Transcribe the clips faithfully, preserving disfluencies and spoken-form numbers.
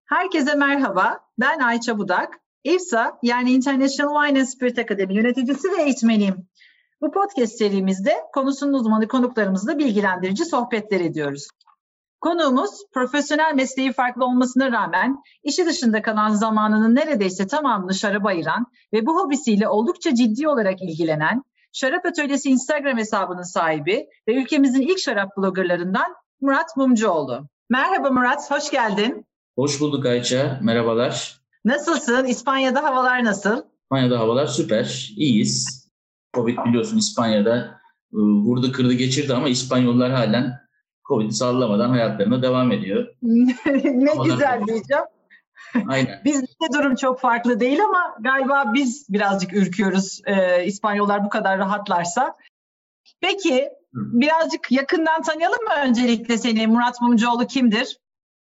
Herkese merhaba, ben Ayça Budak. İFSA yani International Wine and Spirit Academy yöneticisi ve eğitmeniyim. Bu podcast serimizde konusunun uzmanı konuklarımızla bilgilendirici sohbetler ediyoruz. Konuğumuz profesyonel mesleği farklı olmasına rağmen işi dışında kalan zamanının neredeyse tamamını şaraba ayıran ve bu hobisiyle oldukça ciddi olarak ilgilenen Şarap Atölyesi Instagram hesabının sahibi ve ülkemizin ilk şarap bloggerlarından Murat Mumcuoğlu. Merhaba Murat, hoş geldin. Hoş bulduk Ayça, merhabalar. Nasılsın? İspanya'da havalar nasıl? İspanya'da havalar süper, iyiyiz. Covid biliyorsun İspanya'da e, vurdu kırdı geçirdi ama İspanyollar halen Covid'i sallamadan hayatlarına devam ediyor. Ne havalar güzel diyeceğim. Aynen. Bizde durum çok farklı değil ama galiba biz birazcık ürküyoruz e, İspanyollar bu kadar rahatlarsa. Peki birazcık yakından tanıyalım mı öncelikle seni? Murat Mumcuoğlu kimdir?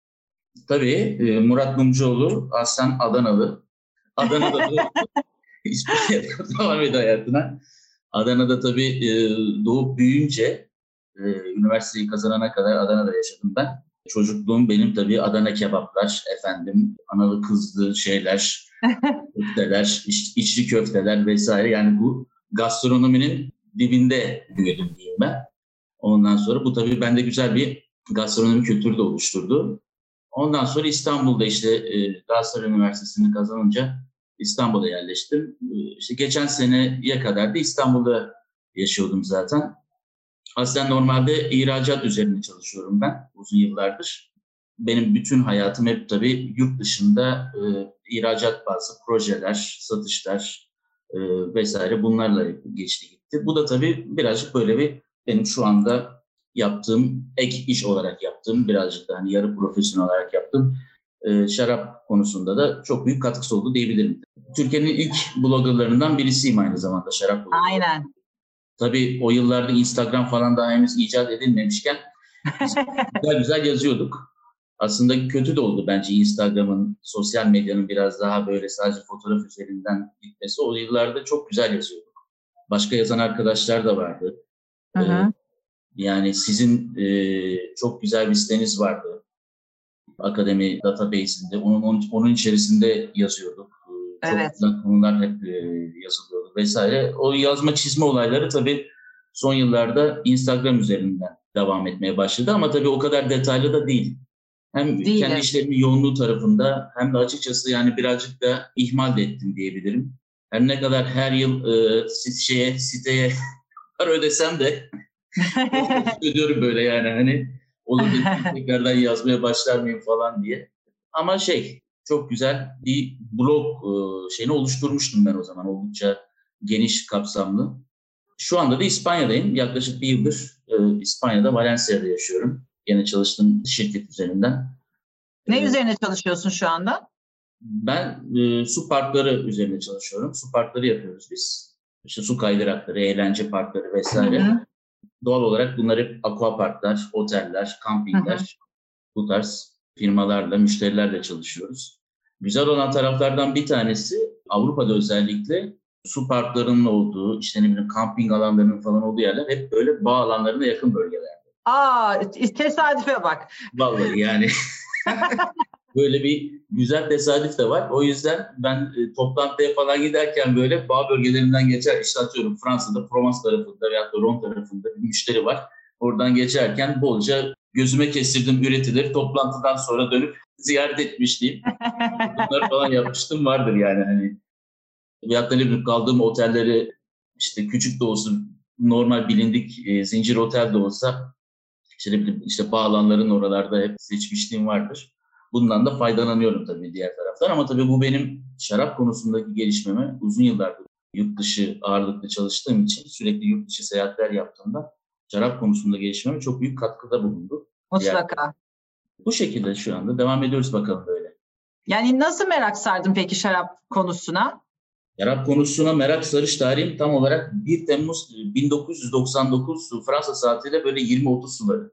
Tabii Murat Mumcuoğlu aslen Adanalı. Adana'da İspanya'da devam ediyor hayatına. Adana'da tabii doğup büyüyünce üniversiteyi kazanana kadar Adana'da yaşadım ben. Çocukluğum benim tabii Adana kebaplar, efendim analı kızlı şeyler, köfteler, iç, içli köfteler vesaire. Yani bu gastronominin dibinde büyüdüm diyeyim ben. Ondan sonra bu tabii bende güzel bir gastronomi kültürü de oluşturdu. Ondan sonra İstanbul'da işte e, Galatasaray Üniversitesi'ni kazanınca İstanbul'a yerleştim. E, işte geçen seneye kadar da İstanbul'da yaşıyordum zaten. Aslında normalde ihracat üzerine çalışıyorum ben uzun yıllardır. Benim bütün hayatım hep tabii yurt dışında e, ihracat bazı projeler, satışlar e, vesaire bunlarla geçti gitti. Bu da tabii birazcık böyle bir benim şu anda yaptığım, ek iş olarak yaptığım, birazcık da hani yarı profesyonel olarak yaptığım e, şarap konusunda da çok büyük katkısı oldu diyebilirim. Türkiye'nin ilk bloggerlarından birisiyim aynı zamanda şarap bloggerı. Aynen. Tabii o yıllarda Instagram falan daha henüz icat edilmemişken güzel güzel yazıyorduk. Aslında kötü de oldu bence Instagram'ın, sosyal medyanın biraz daha böyle sadece fotoğraf üzerinden gitmesi. O yıllarda çok güzel yazıyorduk. Başka yazan arkadaşlar da vardı. Hı hı. Ee, Yani sizin e, çok güzel bir siteniz vardı. Akademi database'inde. Onun, onun, onun içerisinde yazıyorduk. Çok Evet. güzel konular hep e, yazılıyordu vesaire. O yazma çizme olayları tabii son yıllarda Instagram üzerinden devam etmeye başladı. Ama tabii o kadar detaylı da değil. Hem Değil. kendi işlerimin yoğunluğu tarafında hem de açıkçası yani birazcık da ihmal de ettim diyebilirim. Her ne kadar her yıl e, şeye, siteye para ödesem de ödüyorum böyle yani hani olur da tekrardan yazmaya başlar mıyım falan diye. Ama şey çok güzel bir blog e, şeyini oluşturmuştum ben o zaman oldukça geniş kapsamlı. Şu anda da İspanya'dayım. Yaklaşık bir yıldır e, İspanya'da Valencia'da yaşıyorum. Yine çalıştığım şirket üzerinden. Ne e, üzerine çalışıyorsun şu anda? Ben e, su parkları üzerine çalışıyorum. Su parkları yapıyoruz biz. İşte su kaydırakları, eğlence parkları vesaire. Hı hı. Doğal olarak bunlar hep aquaparklar, oteller, kampingler, Hı hı. bu tarz firmalarla, müşterilerle çalışıyoruz. Güzel olan taraflardan bir tanesi Avrupa'da özellikle su parklarının olduğu, işte ne bileyim kamping alanlarının falan olduğu yerler hep böyle bağ alanlarına yakın bölgeler. Aa, tesadüfe bak. Vallahi yani böyle bir güzel tesadüf de var. O yüzden ben e, toplantıya falan giderken böyle bağ bölgelerinden geçer. İşte atıyorum Fransa'da Provence tarafında veya da Rhône tarafında bir müşteri var. Oradan geçerken bolca gözüme kestirdim üretileri toplantıdan sonra dönüp ziyaret etmiştim. Bunları falan yapmıştım vardır yani hani. Veyahut da ne bileyim kaldığım otelleri işte küçük de olsun normal bilindik e, zincir otel de olsa işte, ne bileyim, işte bağ alanların oralarda hep seçmişliğim vardır. Bundan da faydalanıyorum tabii diğer taraftan ama tabii bu benim şarap konusundaki gelişmeme uzun yıllardır yurt dışı ağırlıklı çalıştığım için sürekli yurt dışı seyahatler yaptığımda şarap konusunda gelişmeme çok büyük katkıda bulundu. Mutlaka. Diğer, bu şekilde şu anda devam ediyoruz bakalım böyle. Yani nasıl merak sardın peki şarap konusuna? Şarap konusuna merak sarış tarihim tam olarak bir Temmuz bin dokuz yüz doksan dokuz Fransa saatiyle böyle yirmi otuz suları.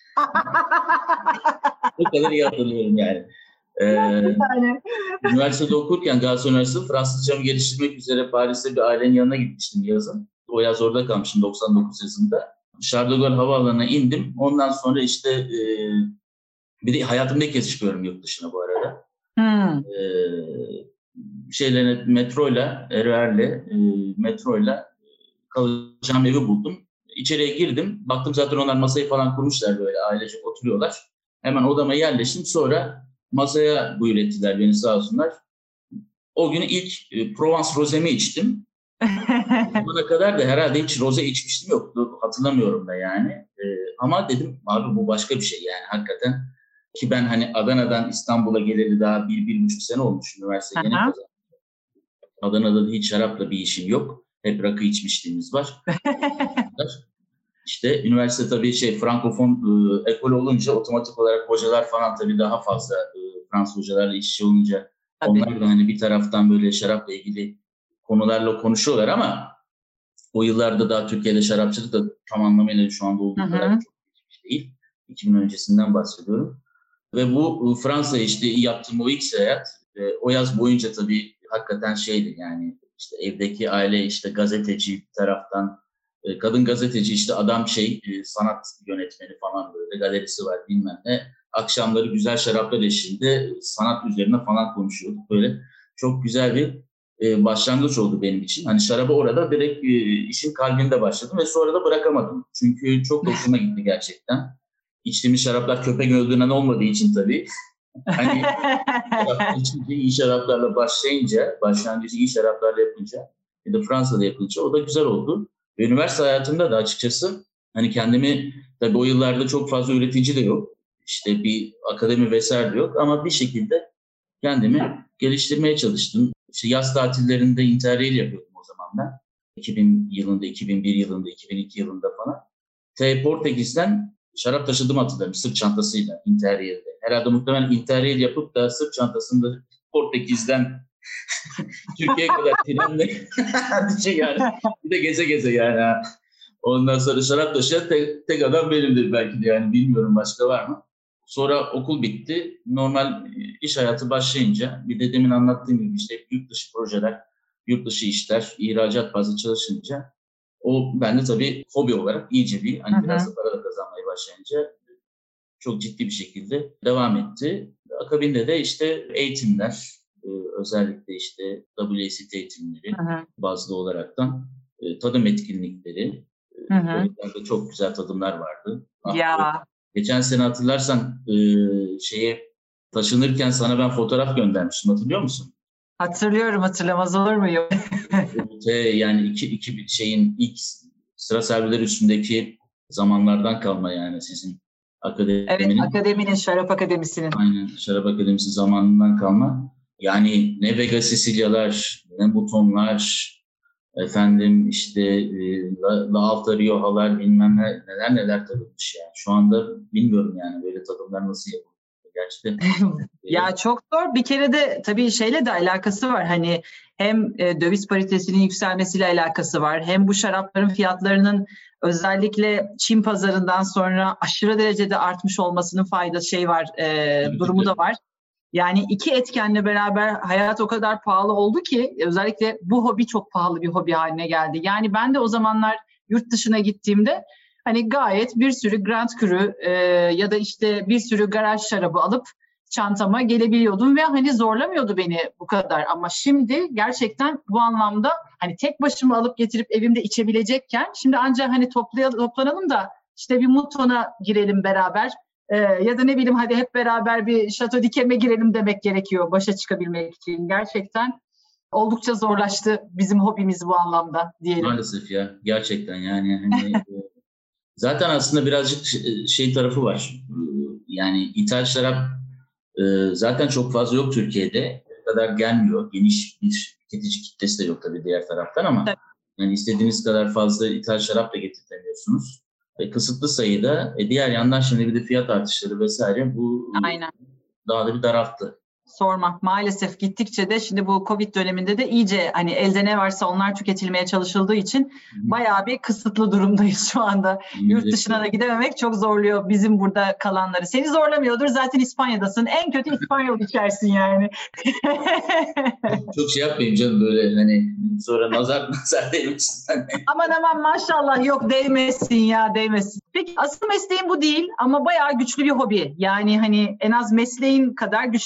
Bu kadar iyi hatırlıyorum yani. Ee, yani. Üniversitede okurken Galatasaray Üniversitesi Fransızcamı geliştirmek üzere Paris'te bir ailenin yanına gitmiştim yazın. O yaz orada kalmışım doksan dokuz yazında. Charles de Gaulle Havaalanı'na indim. Ondan sonra işte e, bir de hayatımda ilk kez çıkıyorum yurt dışına bu arada. Hmm. E, şeylerine metroyla, Erer'le e, metroyla kalacağım evi buldum. İçeriye girdim. Baktım zaten onlar masayı falan kurmuşlar, böyle ailecek oturuyorlar. Hemen odama yerleştim. Sonra masaya buyur ettiler beni, sağ olsunlar. O gün ilk e, Provence rozemi içtim. O zamana kadar da herhalde hiç roze içmiştim yoktu. Hatırlamıyorum da yani. E, ama dedim abi bu başka bir şey yani hakikaten. Ki ben hani Adana'dan İstanbul'a geleli daha bir, bir buçuk sene olmuş, üniversite yeni kazandım. Adana'da da hiç şarapla bir işim yok. Hep rakı içmişliğimiz var. İşte üniversite tabii şey Frankofon e, ekol olunca otomatik olarak hocalar falan tabii daha fazla e, Fransız hocalarla iş işi olunca tabii. Onlar da hani bir taraftan böyle şarapla ilgili konularla konuşuyorlar ama o yıllarda daha Türkiye'de şarapçılık da tam anlamıyla şu anda olduğu kadar çok geçmiş değil. iki bin öncesinden bahsediyorum. Ve bu Fransa'ya işte yaptığım o ilk seyahat e, o yaz boyunca tabii hakikaten şeydi yani işte evdeki aile işte gazeteci bir taraftan, e, kadın gazeteci işte adam şey e, sanat yönetmeni falan, böyle galerisi var bilmem ne. Akşamları güzel şaraplar eşliğinde sanat üzerine falan konuşuyorduk. Böyle çok güzel bir e, başlangıç oldu benim için. Hani şarabı orada direkt e, işin kalbinde başladım ve sonra da bırakamadım. Çünkü çok hoşuma gitti gerçekten. İçtiğimiz şaraplar köpek öldüğünden olmadığı için tabii. Hani içince iyi şaraplarla başlayınca, başlangıcı iyi şaraplarla yapınca, bir de Fransa'da yapınca o da güzel oldu. Ve üniversite hayatımda da açıkçası hani kendimi, tabii o yıllarda çok fazla üretici de yok. İşte bir akademi vesaire de yok ama bir şekilde kendimi geliştirmeye çalıştım. İşte yaz tatillerinde Interrail yapıyordum o zaman ben. iki bin yılında, iki bin bir yılında, iki bin iki yılında falan. T Portekiz'den şarap taşıdım hatırlarım sırt çantasıyla Interrail'de. Herhalde muhtemelen Interrail yapıp da sırt çantasında Portekiz'den Türkiye'ye kadar trenle şey yani bir de geze geze yani. Ondan sonra şarap taşıyan tek, tek adam benimdir belki de yani, bilmiyorum başka var mı? Sonra okul bitti. Normal iş hayatı başlayınca bir de demin anlattığım gibi işte yurt dışı projeler, yurt dışı işler, ihracat bazlı çalışınca o bende tabii hobi olarak iyice bir hani hı hı. biraz da para da kazanmaya başlayınca çok ciddi bir şekilde devam etti. Akabinde de işte eğitimler, özellikle işte W S E T eğitimleri hı hı. bazlı olaraktan tadım etkinlikleri. Hı hı. Orada çok güzel tadımlar vardı. Ya. Geçen sene hatırlarsan şeye taşınırken sana ben fotoğraf göndermiştim. Hatırlıyor musun? Hatırlıyorum, hatırlamaz olur muyum? Yani iki, iki şeyin ilk sıra servileri üstündeki zamanlardan kalma yani sizin akademinin. Evet, akademinin, Şarap Akademisi'nin. Aynen, Şarap Akademisi zamanından kalma. Yani ne Vega Sicilyalar, ne Moutonlar, efendim işte e, La, La Alta Rioja'lar bilmem ne, neler neler tadılmış yani. Şu anda bilmiyorum yani böyle tadımlar nasıl yapılıyor. Gerçekten. Ya çok zor. Bir kere de tabii şeyle de alakası var. Hani hem e, döviz paritesinin yükselmesiyle alakası var. Hem bu şarapların fiyatlarının özellikle Çin pazarından sonra aşırı derecede artmış olmasının faydası şey var, e, durumu da var. Yani iki etkenle beraber hayat o kadar pahalı oldu ki özellikle bu hobi çok pahalı bir hobi haline geldi. Yani ben de o zamanlar yurt dışına gittiğimde hani gayet bir sürü Grand Cru e, ya da işte bir sürü garaj şarabı alıp çantama gelebiliyordum ve hani zorlamıyordu beni bu kadar. Ama şimdi gerçekten bu anlamda hani tek başıma alıp getirip evimde içebilecekken şimdi ancak hani toplayalım, toplanalım da işte bir Mouton'a girelim beraber. Ee, ya da ne bileyim hadi hep beraber bir Chateau d'Yquem'e girelim demek gerekiyor başa çıkabilmek için. Gerçekten oldukça zorlaştı bizim hobimiz bu anlamda diyelim. Maalesef ya, gerçekten yani hani zaten aslında birazcık şey tarafı var. Yani ithal şarap zaten çok fazla yok Türkiye'de. O kadar gelmiyor. Geniş bir tüketici kitlesi de yok tabii diğer taraftan ama evet. Yani istediğiniz kadar fazla ithal şarap da getirtemiyorsunuz. Ve kısıtlı sayıda. E diğer yandan şimdi bir de fiyat artışları vesaire bu Aynen. daha da bir daralttı. Sorma. Maalesef gittikçe de şimdi bu Covid döneminde de iyice hani elde ne varsa onlar tüketilmeye çalışıldığı için Hı-hı. bayağı bir kısıtlı durumdayız şu anda. Hı-hı. Yurt dışına da gidememek çok zorluyor bizim burada kalanları. Seni zorlamıyordur. Zaten İspanya'dasın. En kötü İspanyol içersin yani. Çok şey yapmayayım canım böyle hani sonra nazar nazar değmesin. Aman aman maşallah yok değmesin ya değmesin. Peki asıl mesleğin bu değil ama bayağı güçlü bir hobi. Yani hani en az mesleğin kadar güçlü bir hobi.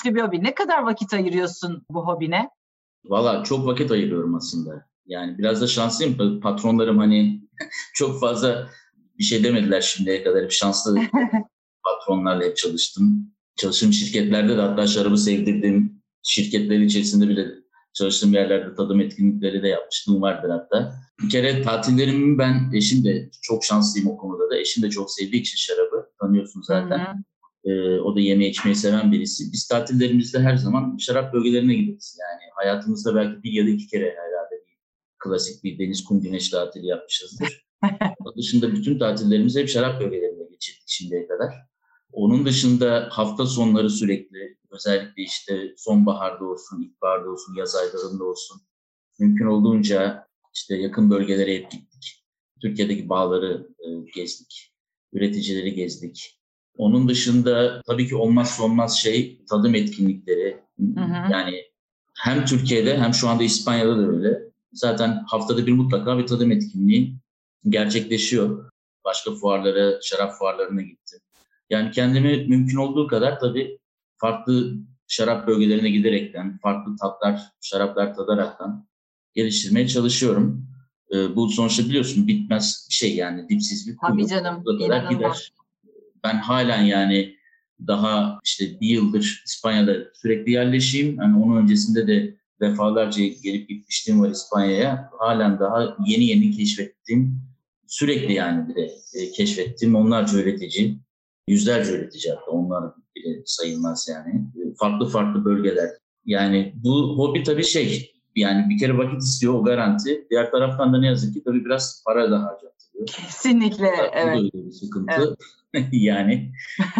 Ne kadar vakit ayırıyorsun bu hobine? Valla çok vakit ayırıyorum aslında. Yani biraz da şanslıyım. Patronlarım hani çok fazla bir şey demediler şimdiye kadar. Hep şanslı patronlarla hep çalıştım. Çalıştığım şirketlerde de hatta şarabı sevdirdiğim şirketlerin içerisinde bile çalıştığım yerlerde tadım etkinlikleri de yapmıştım vardır hatta. Bir kere tatillerimi ben, eşim de çok şanslıyım o konuda da. Eşim de çok sevdiği için şarabı tanıyorsun zaten. Hı hı. Ee, o da yeme içmeyi seven birisi. Biz tatillerimizde her zaman şarap bölgelerine gideriz. Yani hayatımızda belki bir ya da iki kere herhalde bir klasik bir deniz, kum, güneş tatili yapmışızdır. Onun dışında bütün tatillerimizi hep şarap bölgelerinde geçirdik şimdiye kadar. Onun dışında hafta sonları sürekli, özellikle işte sonbaharda olsun, ilkbaharda olsun, yaz aylarında olsun, mümkün olduğunca işte yakın bölgelere hep gittik. Türkiye'deki bağları e, gezdik, üreticileri gezdik. Onun dışında tabii ki olmazsa olmaz şey tadım etkinlikleri. Hı hı. Yani hem Türkiye'de hem şu anda İspanya'da da öyle. Zaten haftada bir mutlaka bir tadım etkinliği gerçekleşiyor. Başka fuarlara, şarap fuarlarına gittim. Yani kendimi mümkün olduğu kadar tabii farklı şarap bölgelerine giderekten, farklı tatlar, şaraplar tadaraktan geliştirmeye çalışıyorum. Ee, bu sonuçta biliyorsun bitmez bir şey yani dipsiz bir kuyu. Tabii canım, kadar gider. Ben halen yani daha işte bir yıldır İspanya'da sürekli yerleşeyim. Yani onun öncesinde de defalarca gelip gitmişliğim var İspanya'ya. Halen daha yeni yeni keşfettiğim, sürekli yani bir de e, keşfettiğim onlarca üretici, yüzlerce üretici hatta onlar bile sayılmaz yani. Farklı farklı bölgeler. Yani bu hobi tabii şey, yani bir kere vakit istiyor, o garanti. Diğer taraftan da ne yazık ki tabii biraz para da harcattırıyor. Kesinlikle, bu evet. Bu da öyle bir sıkıntı. Evet. Yani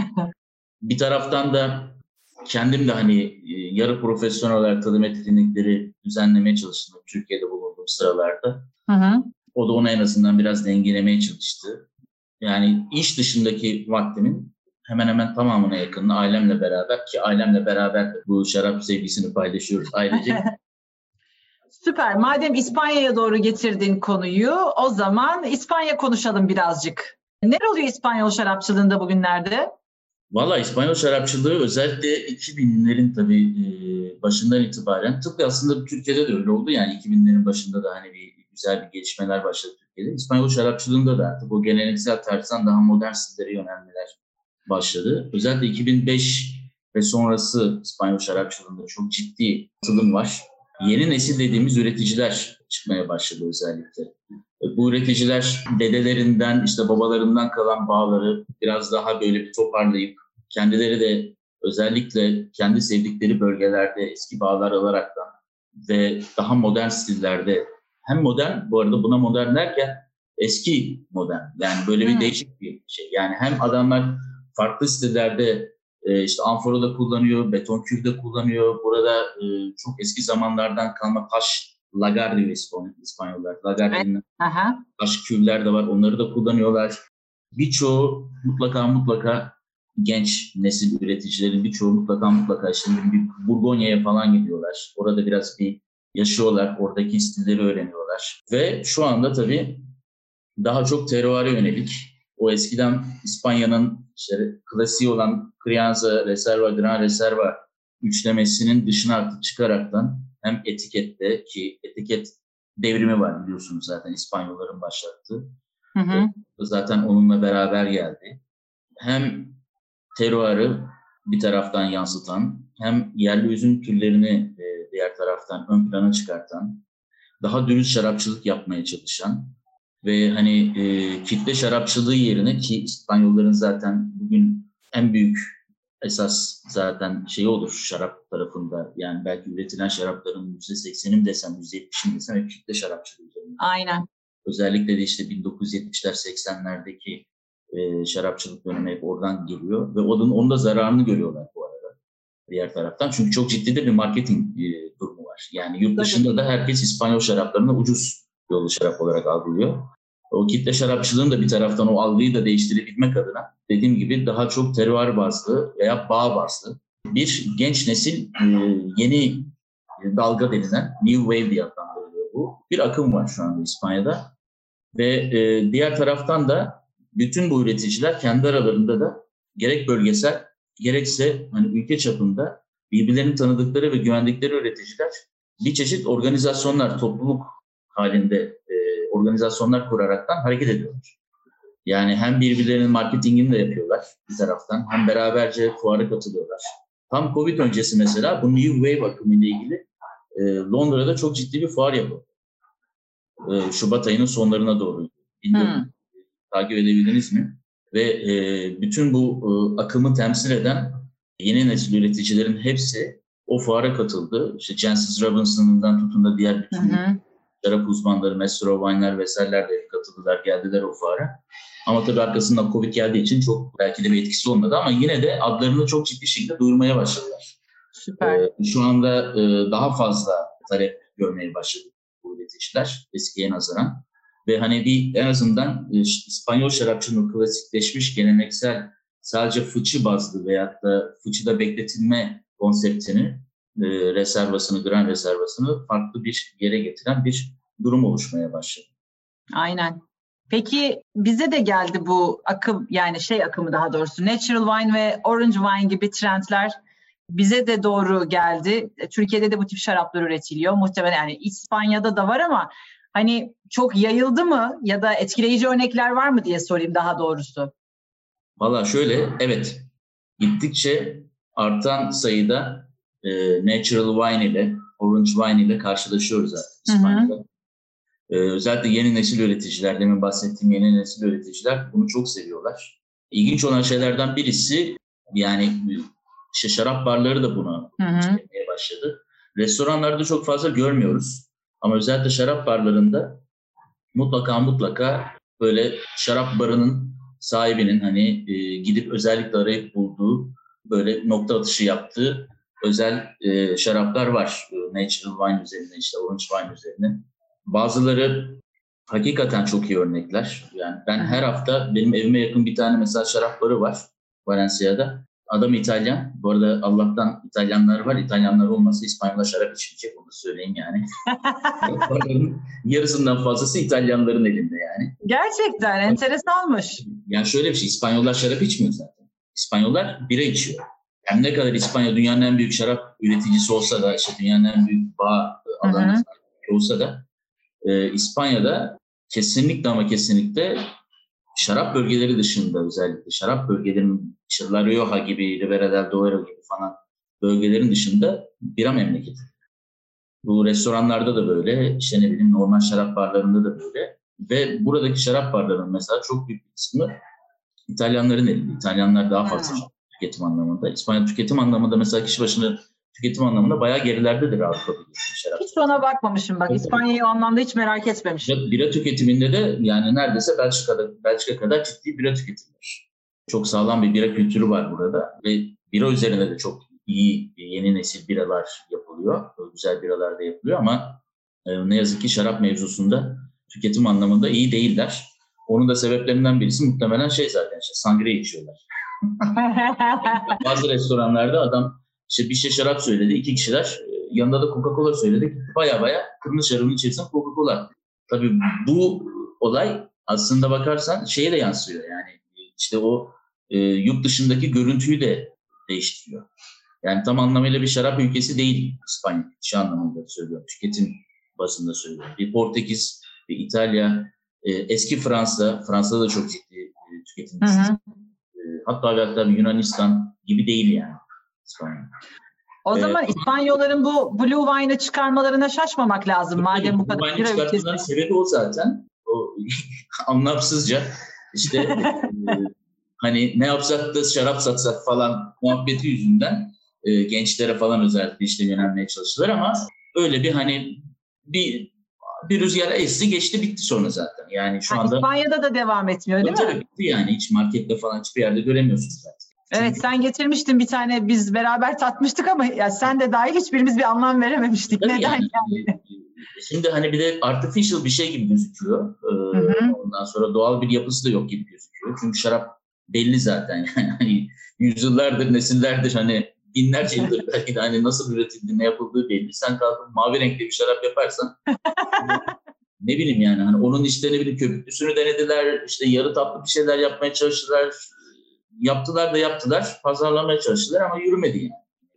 bir taraftan da kendim de hani yarı profesyonel olarak tadım etkinlikleri düzenlemeye çalıştım Türkiye'de bulunduğum sıralarda. Hı hı. O da onu en azından biraz dengelemeye çalıştı. Yani iş dışındaki vaktimin hemen hemen tamamına yakınını ailemle beraber, ki ailemle beraber bu şarap sevgisini paylaşıyoruz ayrıca. Süper. Madem İspanya'ya doğru getirdin konuyu, o zaman İspanya konuşalım birazcık. Neler oluyor İspanyol şarapçılığında bugünlerde? Valla İspanyol şarapçılığı özellikle iki binlerin tabii başından itibaren, tıpkı aslında Türkiye'de de öyle oldu yani iki binlerin başında da hani bir güzel bir gelişmeler başladı Türkiye'de. İspanyol şarapçılığında da artık o geleneksel tarzdan daha modern stillere yönelmeler başladı. Özellikle iki bin beş ve sonrası İspanyol şarapçılığında çok ciddi atılım var. Yeni nesil dediğimiz üreticiler çıkmaya başladı özellikle. Bu üreticiler dedelerinden, işte babalarından kalan bağları biraz daha böyle bir toparlayıp kendileri de özellikle kendi sevdikleri bölgelerde eski bağlar alaraktan ve daha modern stillerde, hem modern, bu arada buna modern derken eski modern, yani böyle bir hmm. değişik bir şey. Yani hem adamlar farklı stillerde işte amfora da kullanıyor, beton kür de kullanıyor. Burada çok eski zamanlardan kalma taş lagar diyor İspanyollar. Lagar denilen taş küller de var. Onları da kullanıyorlar. Birçoğu mutlaka mutlaka genç nesil üreticilerin birçoğu mutlaka mutlaka şimdi bir Burgonya'ya falan gidiyorlar. Orada biraz bir yaşıyorlar. Oradaki stilleri öğreniyorlar. Ve şu anda tabii daha çok terroire yönelik. O eskiden İspanya'nın işte klasiği olan Crianza, Reserva, Gran Reserva üçlemesinin dışına artık çıkaraktan hem etikette, ki etiket devrimi var biliyorsunuz zaten İspanyolların başlattığı. Hı hı. Zaten onunla beraber geldi. Hem terroirı bir taraftan yansıtan, hem yerli üzüm türlerini diğer taraftan ön plana çıkartan, daha dürüst şarapçılık yapmaya çalışan ve hani e, kitle şarapçılığı yerine, ki İspanyolların zaten bugün en büyük esas zaten şey olur şarap tarafında, yani belki üretilen şarapların yüzde seksenim desem, yüzde yetmişim desem hep kitle şarapçılığı üzerine. Aynen. Özellikle de işte bin dokuz yüz yetmişler seksenlerdeki e, şarapçılık dönemi hep oradan geliyor ve onun, onun da zararını görüyorlar bu arada diğer taraftan. Çünkü çok ciddi de bir marketing e, durumu var. Yani yurt dışında da herkes İspanyol şaraplarını ucuz yollu şarap olarak algılıyor. O kitle şarapçılığın da bir taraftan o algıyı da değiştirebilmek adına dediğim gibi daha çok terroir bazlı veya bağ bazlı bir genç nesil e, yeni dalga denilen New Wave diye adlandırılıyor bu. Bir akım var şu anda İspanya'da ve e, diğer taraftan da bütün bu üreticiler kendi aralarında da gerek bölgesel gerekse hani ülke çapında birbirlerini tanıdıkları ve güvendikleri üreticiler bir çeşit organizasyonlar, topluluk halinde e, organizasyonlar kuraraktan hareket ediyorlar. Yani hem birbirlerinin marketingini de yapıyorlar bir taraftan, hem beraberce fuara katılıyorlar. Tam Covid öncesi mesela bu New Wave akımı ile ilgili e, Londra'da çok ciddi bir fuar yapıldı. E, Şubat ayının sonlarına doğru. Bilmiyorum, hmm. takip edebildiniz mi? Ve e, bütün bu e, akımı temsil eden yeni nesil üreticilerin hepsi o fuara katıldı. İşte Jancis Robinson'dan tutun da diğer bütün hı hı. şarap uzmanları, Master of Wine'ler vesaireler de katıldılar, geldiler o fuara. Ama tabii arkasından Covid geldiği için çok belki de bir etkisi olmadı ama yine de adlarını çok ciddi şekilde duyurmaya başladılar. Süper. Ee, şu anda e, daha fazla talep görmeye başladı bu üreticiler eskiye nazaran. Ve hani bir en azından e, İspanyol şarapçının klasikleşmiş geleneksel sadece fıçı bazlı veyahut da fıçıda bekletilme konseptini, e, rezervasını, gran rezervasını farklı bir yere getiren bir durum oluşmaya başladı. Aynen. Peki bize de geldi bu akım, yani şey akımı daha doğrusu natural wine ve orange wine gibi trendler bize de doğru geldi. Türkiye'de de bu tip şaraplar üretiliyor. Muhtemelen yani İspanya'da da var ama hani çok yayıldı mı ya da etkileyici örnekler var mı diye sorayım daha doğrusu. Valla şöyle, evet. Gittikçe artan sayıda e, natural wine ile, orange wine ile karşılaşıyoruz zaten İspanya'da. Hı hı. Ee, özellikle yeni nesil üreticiler, demin bahsettiğim yeni nesil üreticiler bunu çok seviyorlar. İlginç olan şeylerden birisi, yani işte şarap barları da buna yapmaya başladı. Restoranlarda çok fazla görmüyoruz. Ama özellikle şarap barlarında mutlaka mutlaka böyle şarap barının sahibinin hani e, gidip özellikle arayıp bulduğu, böyle nokta atışı yaptığı özel e, şaraplar var. Natural wine üzerine, işte orange wine üzerine. Bazıları hakikaten çok iyi örnekler. Yani ben her hafta, benim evime yakın bir tane mesela şarap barı var Valencia'da. Adam İtalyan. Bu arada Allah'tan İtalyanlar var. İtalyanlar olmasa İspanyollar şarap içmeyecek, onu söyleyeyim yani. Barların yarısından fazlası İtalyanların elinde yani. Gerçekten enteresanmış. Yani şöyle bir şey, İspanyollar şarap içmiyor zaten. İspanyollar bira içiyor. Yani ne kadar İspanya dünyanın en büyük şarap üreticisi olsa da, işte dünyanın en büyük bağ alanı olsa da, Ee, İspanya'da kesinlikle ama kesinlikle şarap bölgeleri dışında, özellikle şarap bölgelerinin, işte La Rioja gibi, Ribera del Duero gibi falan bölgelerin dışında bira memleketi. Bu restoranlarda da böyle, işte ne bileyim normal şarap barlarında da böyle. Ve buradaki şarap barlarının mesela çok büyük bir kısmı İtalyanların elinde. İtalyanlar daha fazla hmm. tüketim anlamında. İspanya tüketim anlamında mesela kişi başına tüketim anlamında bayağı gerilerdedir Avrupa Birliği şarap. Hiç ona bakmamışım bak. Evet. İspanya'yı o anlamda hiç merak etmemişim. Bira, bira tüketiminde de yani neredeyse Belçika'da, Belçika kadar ciddi bira tüketimi var. Çok sağlam bir bira kültürü var burada ve bira üzerine de çok iyi yeni nesil biralar yapılıyor. Güzel biralar da yapılıyor ama e, ne yazık ki şarap mevzusunda tüketim anlamında iyi değiller. Onun da sebeplerinden birisi muhtemelen şey zaten, işte sangria içiyorlar. Bazı restoranlarda adam işte bir şey şarap söyledi, iki kişiler yanında da Coca-Cola söyledik. Baya baya kırmızı şarabın içerisinde Coca-Cola. Tabii bu olay aslında bakarsan şeye de yansıyor yani. İşte o e, yurt dışındaki görüntüyü de değiştiriyor. Yani tam anlamıyla bir şarap ülkesi değil İspanya. Şu anlamında söylüyorum. Tüketim bazında söylüyorum. Bir Portekiz, bir İtalya, e, eski Fransa. Fransa'da da çok ciddi e, tüketim. Hı hı. E, hatta hatta bir Yunanistan gibi değil yani İspanya. O ee, zaman İspanyolların bu Blue Wine'ı çıkarmalarına şaşmamak lazım. Madem bu kadar Blue Wine'ı çıkartmaların sebebi o zaten. O anlamsızca işte e, hani ne yapsak da şarap satsak falan muhabbeti yüzünden e, gençlere falan özellikle işte yönelmeye çalıştılar ama öyle bir hani bir bir rüzgar esti geçti bitti sonra zaten. Yani şu ha, anda İspanya'da da devam etmiyor değil tabii mi? Bitti yani, hiç markette falan hiçbir yerde göremiyorsunuz zaten. Evet, çünkü sen getirmiştin bir tane, biz beraber tatmıştık ama ya sen de dahil hiçbirimiz bir anlam verememiştik. Tabii neden yani? yani? Şimdi hani bir de artificial bir şey gibi gözüküyor. Ee, hı hı. Ondan sonra doğal bir yapısı da yok gibi gözüküyor. Çünkü şarap belli zaten yani. Hani yüzyıllardır, nesillerdir, hani binlerce yıldır belki de hani nasıl üretildiği, ne yapıldığı belli. Sen kalkıp mavi renkli bir şarap yaparsan ne bileyim yani hani onun işte ne bileyim köpüklüsünü denediler, işte yarı tatlı bir şeyler yapmaya çalıştılar. Yaptılar da yaptılar, pazarlamaya çalıştılar ama yürümedi yani.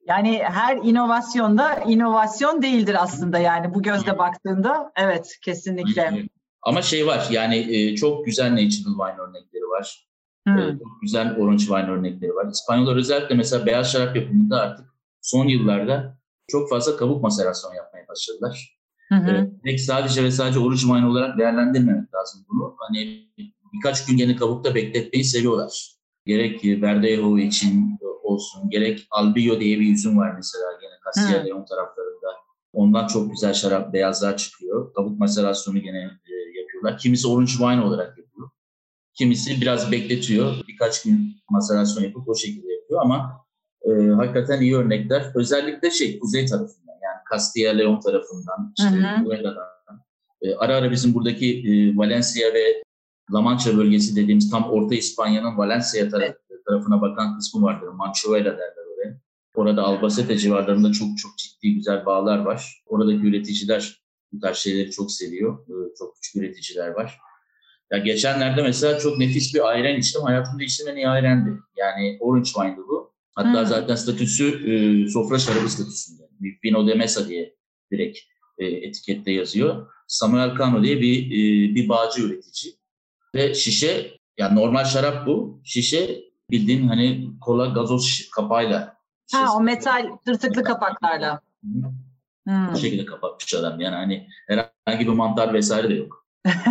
Yani her inovasyonda inovasyon değildir aslında, yani bu gözle baktığında. Evet, kesinlikle. Ama şey var yani e, çok güzel natural wine örnekleri var. Hmm. E, çok güzel orange wine örnekleri var. İspanyollar özellikle mesela beyaz şarap yapımında artık son yıllarda çok fazla kabuk maserasyon yapmaya başladılar. Hı hı. E, tek sadece ve sadece orange wine olarak değerlendirmemek lazım bunu. Hani birkaç gün gene kabukta bekletmeyi seviyorlar. Gerek Verdejo için olsun, gerek Albillo diye bir üzüm var mesela gene Castilla León taraflarında. Ondan çok güzel şarap, beyazlar çıkıyor. Kabuk maserasyonu gene e, yapıyorlar. Kimisi orange wine olarak yapıyor. Kimisi biraz bekletiyor. Birkaç gün maserasyon yapıp o şekilde yapıyor ama e, hakikaten iyi örnekler. Özellikle şey kuzey tarafından yani Castilla León tarafından, işte Huelga'dan. E, ara ara bizim buradaki e, Valencia ve La Mancha bölgesi dediğimiz tam Orta İspanya'nın Valencia taraf, tarafına bakan kısmı vardır. Manchuela derler oraya. Orada Albacete civarlarında çok çok ciddi güzel bağlar var. Oradaki üreticiler bu tarz şeyleri çok seviyor. E, çok küçük üreticiler var. Ya geçenlerde mesela çok nefis bir ayran içtim. Hayatımda içtiğim en iyi ayrandı. Yani orange wine'dı bu. Hatta hmm. zaten statüsü e, sofra şarabı statüsünde. Vino de Mesa diye direkt e, etikette yazıyor. Samuel Cano diye bir e, bir bağcı üretici. Ve şişe, yani normal şarap bu. Şişe bildiğin hani kola gazoz kapağıyla. Ha, o metal tırtıklı kapaklarla. Hmm. Bu şekilde kapatmış adam. Yani hani herhangi bir mantar vesaire de yok.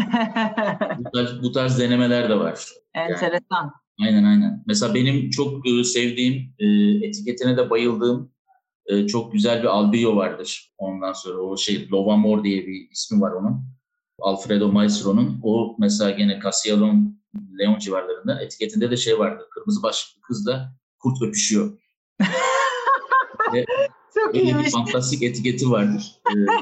bu, tarz, bu tarz denemeler de var. Enteresan. Yani, aynen aynen. Mesela benim çok e, sevdiğim, e, etiketine de bayıldığım e, çok güzel bir Albillo vardır. Ondan sonra o şey Lovamor diye bir ismi var onun. Alfredo Maestro'nun. O mesela gene Castilla León civarlarında etiketinde de şey vardı. Kırmızı başlıklı kızla kurt öpüşüyor. Ve çok öyle iyiymiş. bir fantastik etiketi vardır.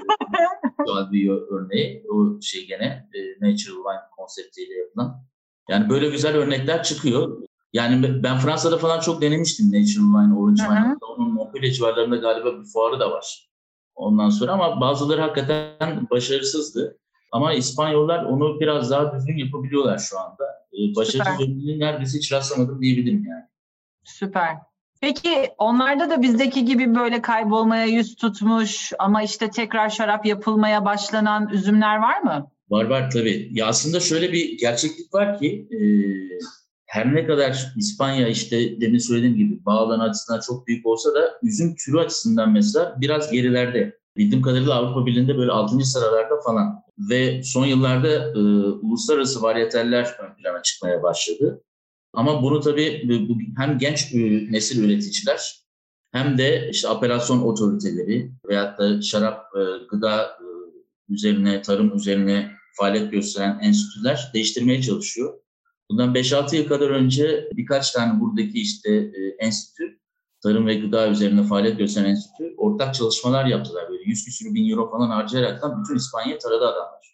Ee, Albillo örneği. O şey gene e, natural wine konseptiyle yapılan. Yani böyle güzel örnekler çıkıyor. Yani ben Fransa'da falan çok denemiştim natural wine, orange wine. Onun Montpellier civarlarında galiba bir fuarı da var. Ondan sonra ama bazıları hakikaten başarısızdı. Ama İspanyollar onu biraz daha düzgün yapabiliyorlar şu anda. Ee, başarısız örneğini neredeyse hiç rastlamadım diyebilirim yani. Süper. Peki onlarda da bizdeki gibi böyle kaybolmaya yüz tutmuş ama işte tekrar şarap yapılmaya başlanan üzümler var mı? Var var tabii. Ya aslında şöyle bir gerçeklik var ki e, her ne kadar İspanya işte demin söylediğim gibi bağlan açısından çok büyük olsa da üzüm türü açısından mesela biraz gerilerde. Bildiğim kadarıyla Avrupa Birliği'nde böyle altıncı sıralarda falan. Ve son yıllarda e, uluslararası varyeteller ön plana çıkmaya başladı. Ama bunu tabii hem genç nesil üreticiler hem de işte operasyon otoriteleri veyahut da şarap, gıda üzerine, tarım üzerine faaliyet gösteren enstitüler değiştirmeye çalışıyor. Bundan beş altı yıl kadar önce birkaç tane buradaki işte enstitü, tarım ve gıda üzerine faaliyet gösteren enstitü ortak çalışmalar yaptılar. Böyle yüz küsür bin euro falan harcayaraktan bütün İspanya'yı taradı adamlar.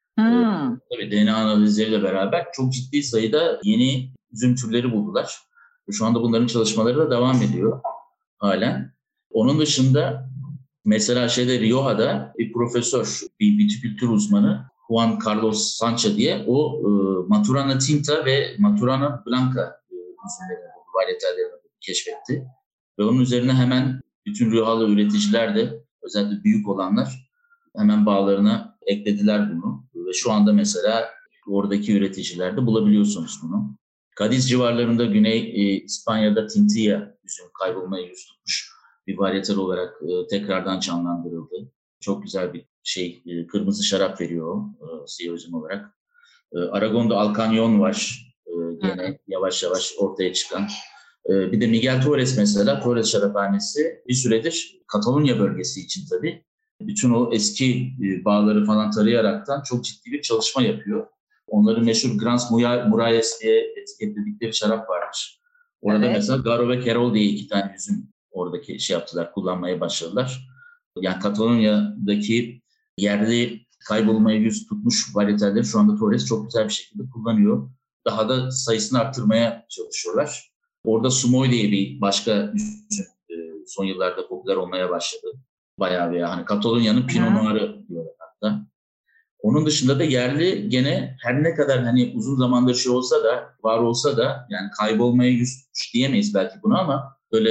Hmm. Ee, tabii D N A analizleriyle beraber çok ciddi sayıda yeni üzüm türleri buldular. Şu anda bunların çalışmaları da devam ediyor halen. Onun dışında mesela şeyde Rioja'da bir profesör, bir vitikültür uzmanı Juan Carlos Sancha diye o e, Maturana Tinta ve Maturana Blanca e, üzümlerini, varyetellerini keşfetti. Ve onun üzerine hemen bütün Riojalı üreticiler de özellikle büyük olanlar hemen bağlarına eklediler bunu. Ve şu anda mesela oradaki üreticilerde bulabiliyorsunuz bunu. Cadiz civarlarında Güney e, İspanya'da Tintilla üzüm kaybolmaya yüz tutmuş bir varyetel olarak e, tekrardan canlandırıldı. Çok güzel bir şey, e, kırmızı şarap veriyor e, siyah üzüm olarak. E, Aragon'da Alcanyon var, e, gene yavaş yavaş ortaya çıkan. E, bir de Miguel Torres mesela, Torres Şaraphanesi bir süredir Katalunya bölgesi için tabii bütün o eski bağları falan tarayaraktan çok ciddi bir çalışma yapıyor. Onların meşhur Grans Muralles diye etiketledikleri şarap varmış. Orada evet. Mesela Garo ve Kerol diye iki tane üzüm oradaki şey yaptılar, kullanmaya başladılar. Yani Katalonya'daki yerli kaybolmaya yüz tutmuş varyetelleri şu anda Torres çok güzel bir şekilde kullanıyor. Daha da sayısını arttırmaya çalışıyorlar. Orada Sumoy diye bir başka üzüm son yıllarda popüler olmaya başladı. Bayağı bir hani Katalonya'nın Pinot Noir'ı diyorlar hatta. Onun dışında da yerli gene her ne kadar hani uzun zamandır şey olsa da var olsa da yani kaybolmaya yüz tutmuş diyemeyiz belki bunu ama böyle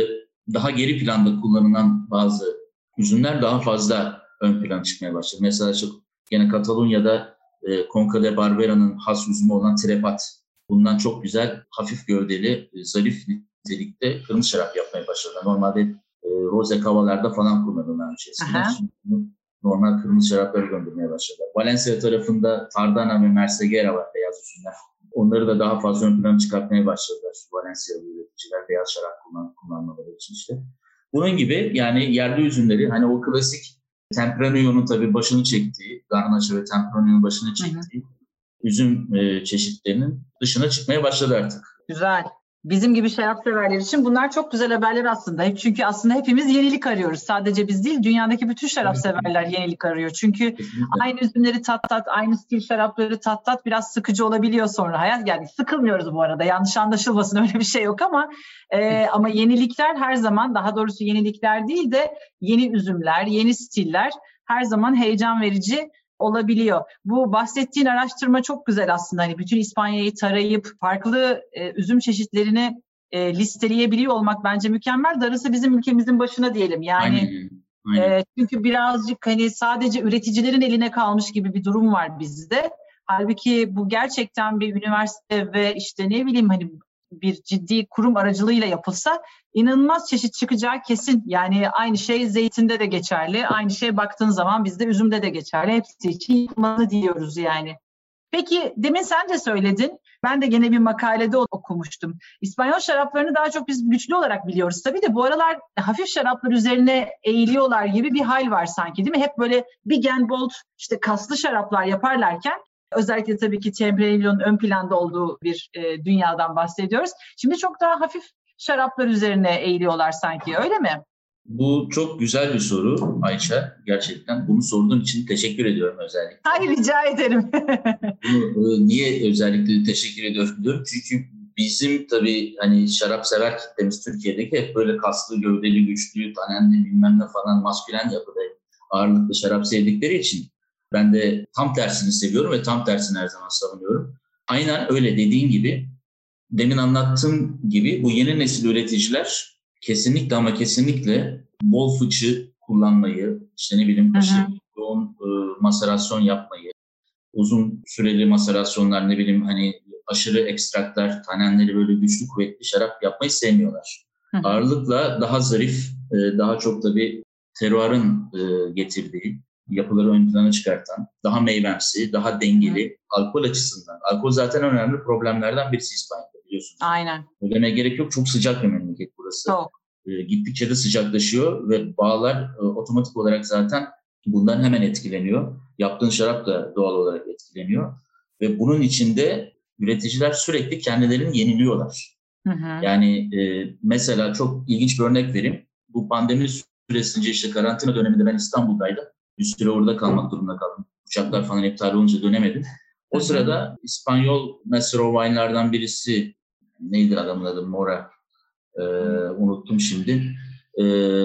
daha geri planda kullanılan bazı üzümler daha fazla ön plana çıkmaya başladı. Mesela çok gene Katalonya'da e, Conca de Barbera'nın has üzümü olan Trepat. Bundan çok güzel, hafif gövdeli, e, zarif nitelikte kırmızı şarap yapmaya başladılar. Normalde e, Rose Cavalarda falan kullanılan bir şey. Şimdi normal kırmızı şarapları göndermeye başladılar. Valencia tarafında Tardana ve Mersegera var, beyaz üzümler. Onları da daha fazla ön plana çıkartmaya başladılar. Valencia'lı üreticiler beyaz şarap kullan, kullanmaları için işte. Bunun gibi yani yerli üzümleri, hani o klasik Tempranillo'nun tabii başını çektiği, Garnacha ve Tempranillo'nun başını çektiği hı hı. üzüm e, çeşitlerinin dışına çıkmaya başladı artık. Güzel. Bizim gibi şarap severler için bunlar çok güzel haberler aslında. Çünkü aslında hepimiz yenilik arıyoruz. Sadece biz değil, dünyadaki bütün şarap severler yenilik arıyor. Çünkü kesinlikle. Aynı üzümleri tat tat, aynı stil şarapları tat tat biraz sıkıcı olabiliyor sonra hayat. Yani sıkılmıyoruz bu arada. Yanlış anlaşılmasın, öyle bir şey yok ama e, ama yenilikler her zaman, daha doğrusu yenilikler değil de yeni üzümler, yeni stiller her zaman heyecan verici olabiliyor. Bu bahsettiğin araştırma çok güzel aslında. Hani bütün İspanya'yı tarayıp farklı e, üzüm çeşitlerini e, listeleyebiliyor olmak bence mükemmel. Darısı bizim ülkemizin başına diyelim. Yani aynen, aynen. E, çünkü birazcık hani sadece üreticilerin eline kalmış gibi bir durum var bizde. Halbuki bu gerçekten bir üniversite ve işte ne bileyim hani bir ciddi kurum aracılığıyla yapılsa inanılmaz çeşit çıkacağı kesin. Yani aynı şey zeytinde de geçerli. Aynı şey baktığın zaman bizde üzümde de geçerli. Hepsi için yapılmalı diyoruz yani. Peki demin sen de söyledin. Ben de gene bir makalede okumuştum. İspanyol şaraplarını daha çok biz güçlü olarak biliyoruz tabii de bu aralar hafif şaraplar üzerine eğiliyorlar gibi bir hal var sanki, değil mi? Hep böyle big and bold, işte kaslı şaraplar yaparlarken özellikle tabii ki Tempranillo'nun ön planda olduğu bir e, dünyadan bahsediyoruz. Şimdi çok daha hafif şaraplar üzerine eğiliyorlar sanki, öyle mi? Bu çok güzel bir soru Ayça. Gerçekten bunu sorduğun için teşekkür ediyorum özellikle. Hayır, rica ederim. Bunu, niye özellikle teşekkür ediyorum diyorum? Çünkü bizim tabii hani şarap sever kitlemiz Türkiye'deki hep böyle kaslı, gövdeli, güçlü, tanenli bilmem ne falan maskülen yapıda ağırlıklı şarap sevdikleri için ben de tam tersini seviyorum ve tam tersini her zaman savunuyorum. Aynen öyle dediğin gibi, demin anlattığım gibi bu yeni nesil üreticiler kesinlikle ama kesinlikle bol fıçı kullanmayı, işte ne bileyim aşırı yoğun e, maserasyon yapmayı, uzun süreli maserasyonlar, ne bileyim hani aşırı ekstraklar, tanenleri böyle güçlü kuvvetli şarap yapmayı sevmiyorlar. Hı hı. Ağırlıkla daha zarif, e, daha çok tabii terroirın e, getirdiği yapıları ön plana çıkartan, daha meyvemsi, daha dengeli, hı. alkol açısından. Alkol zaten önemli problemlerden birisi İspanya'da, biliyorsunuz. Aynen. Ödemeye gerek yok. Çok sıcak bir memleket burası. Çok. E, gittikçe de sıcaklaşıyor ve bağlar e, otomatik olarak zaten bundan hemen etkileniyor. Yaptığın şarap da doğal olarak etkileniyor. Ve bunun içinde üreticiler sürekli kendilerini yeniliyorlar. Hı hı. Yani e, mesela çok ilginç bir örnek vereyim. Bu pandemi süresince işte karantina döneminde ben İstanbul'daydım. Bir süre orada kalmak durumunda kaldım. Uçaklar falan iptal olunca dönemedim. O hı hı. sırada İspanyol Master of Wine'lardan birisi, neydi adamın adı, Mora, ee, unuttum şimdi. Ee,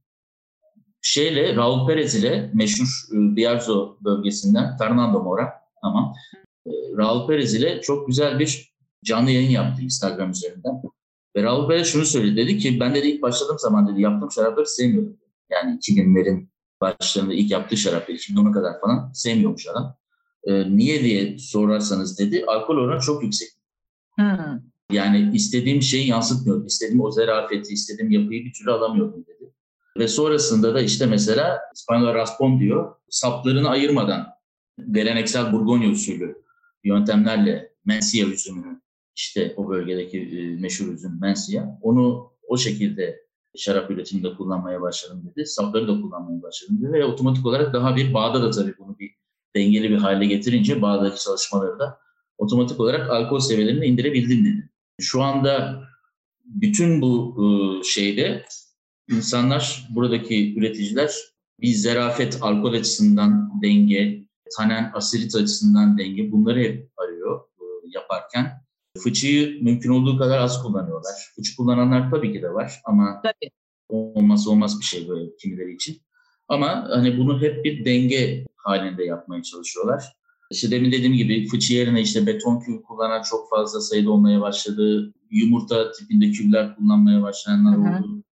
şeyle Raul Perez ile meşhur e, Bierzo bölgesinden Fernando Mora, tamam. Ee, Raul Perez ile çok güzel bir canlı yayın yaptı Instagram üzerinden. Ve Raul Perez şunu söyledi, dedi ki ben dedi ilk başladığım zaman dedi yaptığım şarapları sevmiyordum. Yani iki binlerin başlarında ilk yaptığı şarapları iki bin ona kadar falan sevmiyormuş adam. Ee, niye diye sorarsanız dedi alkol oranı çok yüksek. Hmm. Yani istediğim şeyi yansıtmıyordum. İstediğim o zarafeti, istediğim yapıyı bir türlü alamıyordum dedi. Ve sonrasında da işte mesela İspanyollar raspon diyor. Saplarını ayırmadan geleneksel Burgonya usulü yöntemlerle Mencia üzümünü, işte o bölgedeki e, meşhur üzüm Mencia, onu o şekilde şarap üretiminde kullanmaya başladım dedi. Sapları da kullanmaya başladım dedi. Ve otomatik olarak daha bir bağda da tabii bunu bir dengeli bir hale getirince bağdaki çalışmaları da otomatik olarak alkol seviyelerini indirebildim dedi. Şu anda bütün bu e, şeyde insanlar, buradaki üreticiler bir zarafet, alkol açısından denge, tanen asidite açısından denge, bunları hep arıyor e, yaparken. Fıçıyı mümkün olduğu kadar az kullanıyorlar. Fıçı kullananlar tabii ki de var ama tabii. olmazsa olmaz bir şey böyle kimileri için. Ama hani bunu hep bir denge halinde yapmaya çalışıyorlar. İşte demin dediğim gibi fıçı yerine işte beton kül kullanan çok fazla sayıda olmaya başladı. Yumurta tipinde küller kullanmaya başlayanlar oldu.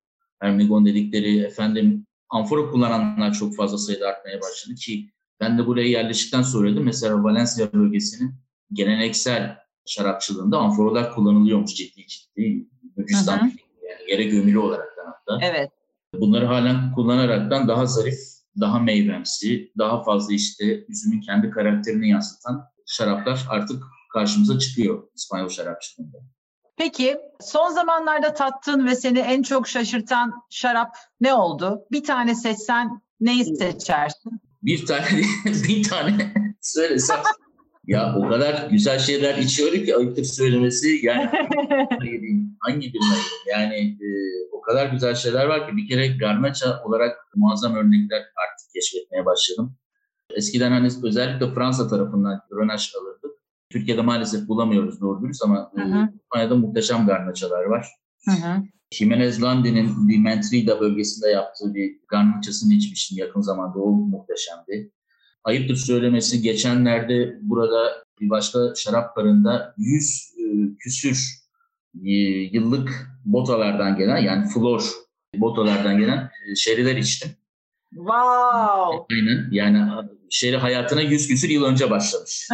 Ermegon dedikleri, efendim amfora kullananlar çok fazla sayıda artmaya başladı ki ben de buraya yerleştikten sonraydım. Mesela Valencia bölgesinin geleneksel şarapçılığında amforalar kullanılıyormuş ciddi ciddi. Gürcistan yani yere gömülü olaraktan hatta. Evet. Bunları halen kullanaraktan daha zarif, daha meyvemsi, daha fazla işte üzümün kendi karakterini yansıtan şaraplar artık karşımıza çıkıyor İspanyol şarapçılığında. Peki son zamanlarda tattığın ve seni en çok şaşırtan şarap ne oldu? Bir tane seçsen neyi seçersin? Bir tane bir tane söylesem. Ya o kadar güzel şeyler içiyorum ki ayıptır söylemesi. Yani hangi birine yani e, o kadar güzel şeyler var ki bir kere Garnacha olarak muazzam örnekler artık keşfetmeye başladım. Eskiden hani özellikle Fransa tarafından Grenache alırdık. Türkiye'de maalesef bulamıyoruz doğru dürüst ama İspanya'da muhteşem Garnacha'lar var. Hı hı. Jimenez Landi'nin bir Mentrida bölgesinde yaptığı bir Garnacha'sını içmiştim yakın zamanda. O muhteşemdi. Ayıptır söylemesi geçenlerde burada bir başka şarap barında yüz e, küsür e, yıllık botalardan gelen yani flor botalardan gelen e, şeriler içtim. Wow. Aynen yani şeri hayatına yüz küsür yıl önce başlamış.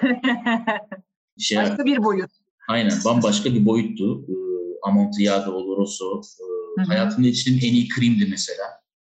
Şey, başka bir boyut. Aynen bambaşka bir boyuttu. E, Amontillado, Oloroso. E, hayatımda içtiğim en iyi krimdi mesela.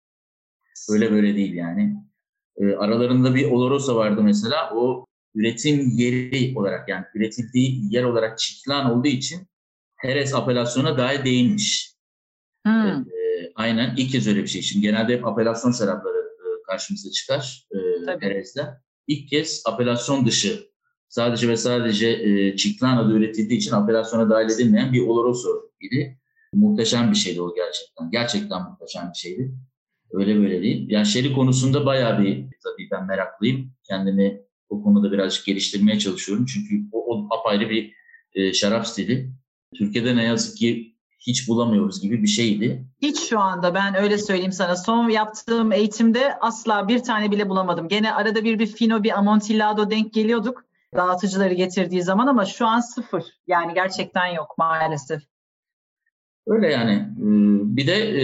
Öyle böyle değil yani. E, aralarında bir Oloroso vardı mesela. O üretim yeri olarak yani üretildiği yer olarak Çitlan olduğu için Jerez apelasyona dahi değinmiş. Hmm. E, aynen ilk kez öyle bir şey. Şimdi genelde hep apelasyon şarapları e, karşımıza çıkar e, Jerez'de. İlk kez apelasyon dışı sadece ve sadece e, Çitlana'da üretildiği için apelasyona dahil edilmeyen bir Oloroso idi. Muhteşem bir şeydi o gerçekten. Gerçekten muhteşem bir şeydi. Öyle böyle değil. Yani şeri konusunda bayağı bir tabii ben meraklıyım. Kendimi o konuda birazcık geliştirmeye çalışıyorum. Çünkü o, o apayrı bir e, şarap stili. Türkiye'de ne yazık ki hiç bulamıyoruz gibi bir şeydi. Hiç şu anda ben öyle söyleyeyim sana. Son yaptığım eğitimde asla bir tane bile bulamadım. Gene arada bir bir Fino, bir Amontillado denk geliyorduk. Dağıtıcıları getirdiği zaman ama şu an sıfır. Yani gerçekten yok maalesef. Öyle yani. Bir de e,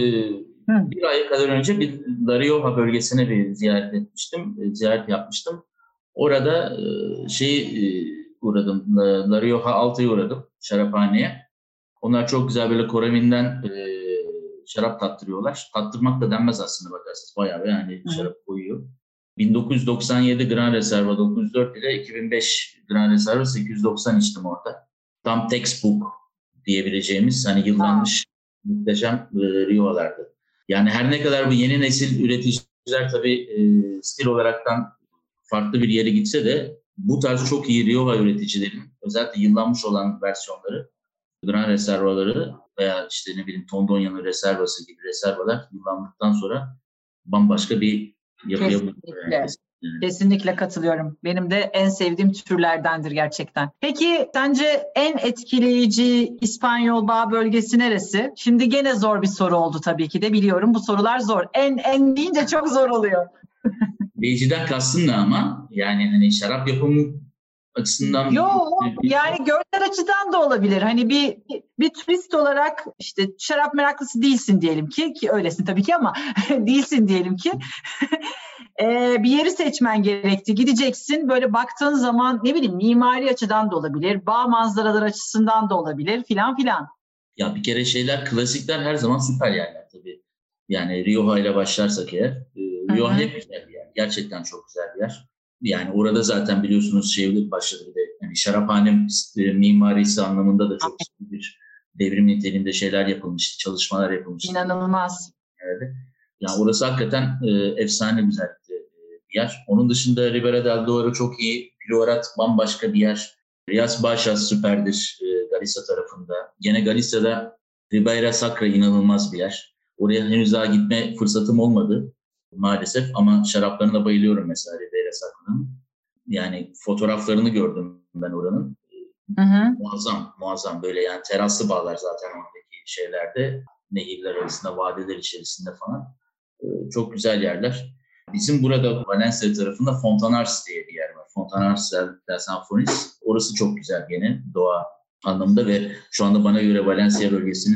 Hı. bir ay kadar önce bir La Rioja bölgesine bir ziyaret etmiştim. Ziyaret yapmıştım. Orada şey uğradım. La Rioja Altı'ya uğradım. Şaraphaneye. Onlar çok güzel böyle Koramin'den e, şarap tattırıyorlar. Tattırmak da denmez aslında bakarsanız. Bayağı yani Hı. şarap koyuyor. bin dokuz yüz doksan yedi Gran Reserva dokuz yüz dört ile iki bin beş Gran Reserva sekiz yüz doksan içtim orada. Tam textbook diyebileceğimiz hani yıllanmış ha. muhteşem e, Rio'lardı. Yani her ne kadar bu yeni nesil üreticiler tabii e, stil olaraktan farklı bir yere gitse de bu tarz çok iyi Rioja üreticilerin özellikle yıllanmış olan versiyonları, Gran Reservaları veya işte ne bileyim Tondonya'nın Reservası gibi reservalar yıllandıktan sonra bambaşka bir yapıya Kesinlikle. Yani. Kesinlikle katılıyorum. Benim de en sevdiğim türlerdendir gerçekten. Peki sence en etkileyici İspanyol bağ bölgesi neresi? Şimdi gene zor bir soru oldu tabii ki de biliyorum. Bu sorular zor. En en deyince çok zor oluyor. Etkileyiciden kastın ne ama? Yani hani şarap yapımı açısından... Yok yani görsel açıdan da olabilir. Hani bir bir turist olarak işte şarap meraklısı değilsin diyelim ki ki öylesin tabii ki ama değilsin diyelim ki. Ee, bir yeri seçmen gerekti. Gideceksin böyle baktığın zaman ne bileyim mimari açıdan da olabilir. Bağ manzaralar açısından da olabilir filan filan. Ya bir kere şeyler klasikler her zaman süper yerler tabii. Yani Rioja ile başlarsak eğer. E, Rioja hep güzel bir yer. Gerçekten çok güzel bir yer. Yani orada zaten biliyorsunuz şey başladı bir de yani şaraphane e, mimarisi anlamında da çok ciddi bir devrim niteliğinde şeyler yapılmıştı. Çalışmalar yapılmıştı. İnanılmaz. Evet. Yani orası hakikaten e, efsane güzel bir yer. Onun dışında Ribera del Duero çok iyi. Priorat bambaşka bir yer. Rias Baixas süperdir e, Galicia tarafında. Gene Galicia'da Ribeira Sacra inanılmaz bir yer. Oraya henüz daha gitme fırsatım olmadı maalesef ama şaraplarına bayılıyorum mesela Ribeira Sacra'nın. Yani fotoğraflarını gördüm ben oranın. Hı hı. Muazzam, muazzam böyle yani teraslı bağlar zaten oradaki şeylerde. Nehirler arasında, vadeler içerisinde falan. Ee, çok güzel yerler. Bizim burada Valencia tarafında Fontanars diye bir yer var. Fontanars del Sanfonis. Orası çok güzel gene doğa anlamında ve şu anda bana göre Valencia bölgesinin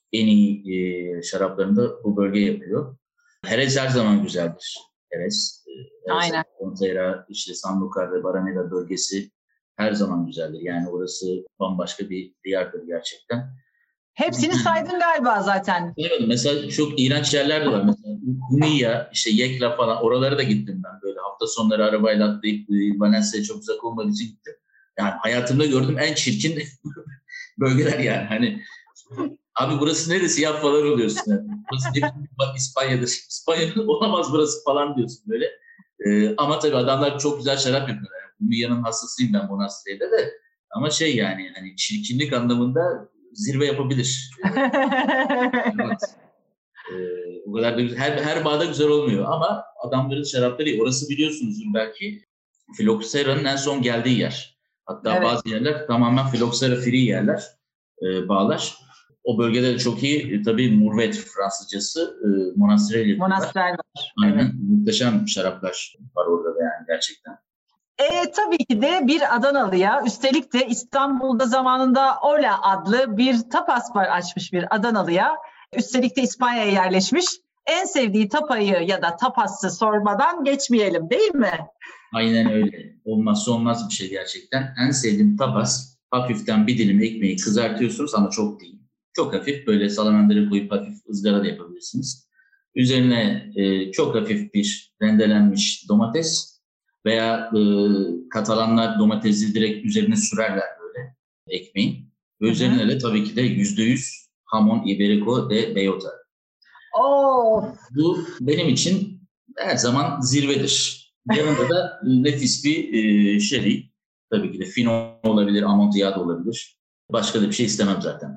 en iyi e, şaraplarını da bu bölge yapıyor. Jerez her zaman güzeldir. Jerez. E, Aynen. Frontera, işte Sanlúcar ve Barrameda bölgesi her zaman güzeldir. Yani orası bambaşka bir diyardır gerçekten. Hepsini saydın galiba zaten. Evet, mesela çok iğrenç yerler de var. Mesela Humiya, işte Yekla falan, oralara da gittim ben böyle. Hafta sonları arabayla atlayıp Valencia'ya çok uzak olmadığı için gittim. Yani hayatımda gördüğüm en çirkin bölgeler yani. Hani abi burası neresi ya falan oluyorsun. Yani. Burası ne bak İspanya'dır. İspanya'da olamaz burası falan diyorsun böyle. Ee, ama tabii adamlar çok güzel şarap yapıyorlar. Yani Humiya'nın hastasıyım ben Monastrey'de de. Ama şey yani hani çirkinlik anlamında zirve yapabilir. Evet. Ee, o kadar da güzel. Her, her bağda güzel olmuyor ama adamların şarapları iyi. Orası biliyorsunuzdur belki Phylloxera'nın en son geldiği yer. Hatta Evet. bazı yerler tamamen Phylloxera free yerler, e, bağlar. O bölgede de çok iyi. E, tabii Mourvèdre Fransızcası e, Monastrell yapıyorlar. Monastrell var. Aynen. Evet. Muhteşem şaraplar var orada da yani gerçekten. E, tabii ki de bir Adanalı'ya, üstelik de İstanbul'da zamanında Ola adlı bir tapas bar açmış bir Adanalı'ya, üstelik de İspanya'ya yerleşmiş, en sevdiği tapayı ya da tapası sormadan geçmeyelim değil mi? Aynen öyle. Olmazsa olmaz bir şey gerçekten. En sevdiğim tapas, hafiften bir dilim ekmeği kızartıyorsunuz ama çok değil. Çok hafif böyle salamandra koyup hafif ızgara da yapabilirsiniz. Üzerine e, çok hafif bir rendelenmiş domates veya e, Katalanlar domatesi direkt üzerine sürerler böyle ekmeğin. Ve üzerine de tabii ki de yüzde yüz hamon iberico de bellota. Oh. Bu benim için her zaman zirvedir. Yanında da nefis bir e, sherry. Tabii ki de fino olabilir, amontillado olabilir. Başka da bir şey istemem zaten.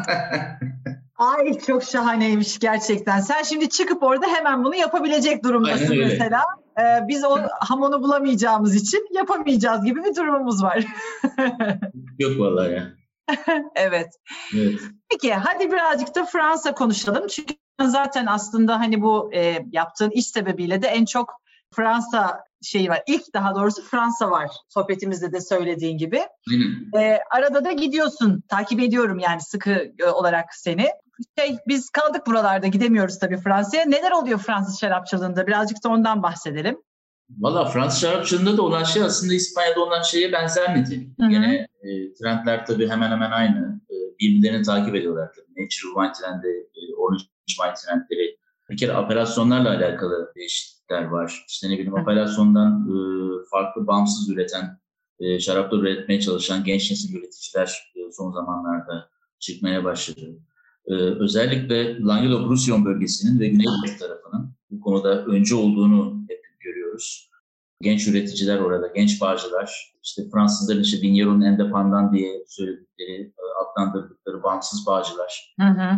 Ay çok şahaneymiş gerçekten. Sen şimdi çıkıp orada hemen bunu yapabilecek durumdasın Aynen öyle. mesela. Ee, biz o hamonu bulamayacağımız için yapamayacağız gibi bir durumumuz var. Yok vallahi ya. Evet. Evet. Peki hadi birazcık da Fransa konuşalım. Çünkü zaten aslında hani bu e, yaptığın iş sebebiyle de en çok Fransa şeyi var. İlk daha doğrusu Fransa var. Sohbetimizde de söylediğin gibi. E, arada da gidiyorsun. Takip ediyorum yani sıkı e, olarak seni. Şey, biz kaldık buralarda, gidemiyoruz tabii Fransa'ya. Neler oluyor Fransız şarapçılığında? Birazcık da ondan bahsedelim. Valla Fransız şarapçılığında da olan şey aslında İspanya'da olan şeye benzer nitelik. Yine e, trendler tabii hemen hemen aynı. E, birbirlerini takip ediyorlar tabii. Natural wine trendi, e, orange wine trendleri. Bir kere apelasyonlarla alakalı değişiklikler var. İşte ne bileyim apelasyondan e, farklı bağımsız üreten, e, şaraplar üretmeye çalışan genç nesil üreticiler e, son zamanlarda çıkmaya başladı. E, özellikle Languedoc-Roussillon bölgesinin ve Güneybatı tarafının bu konuda öncü olduğunu hep görüyoruz. Genç üreticiler orada, genç bağcılar, işte Fransızların işte Vigneron Indépendant diye söyledikleri, adlandırdıkları bağımsız bağcılar. Hı hı.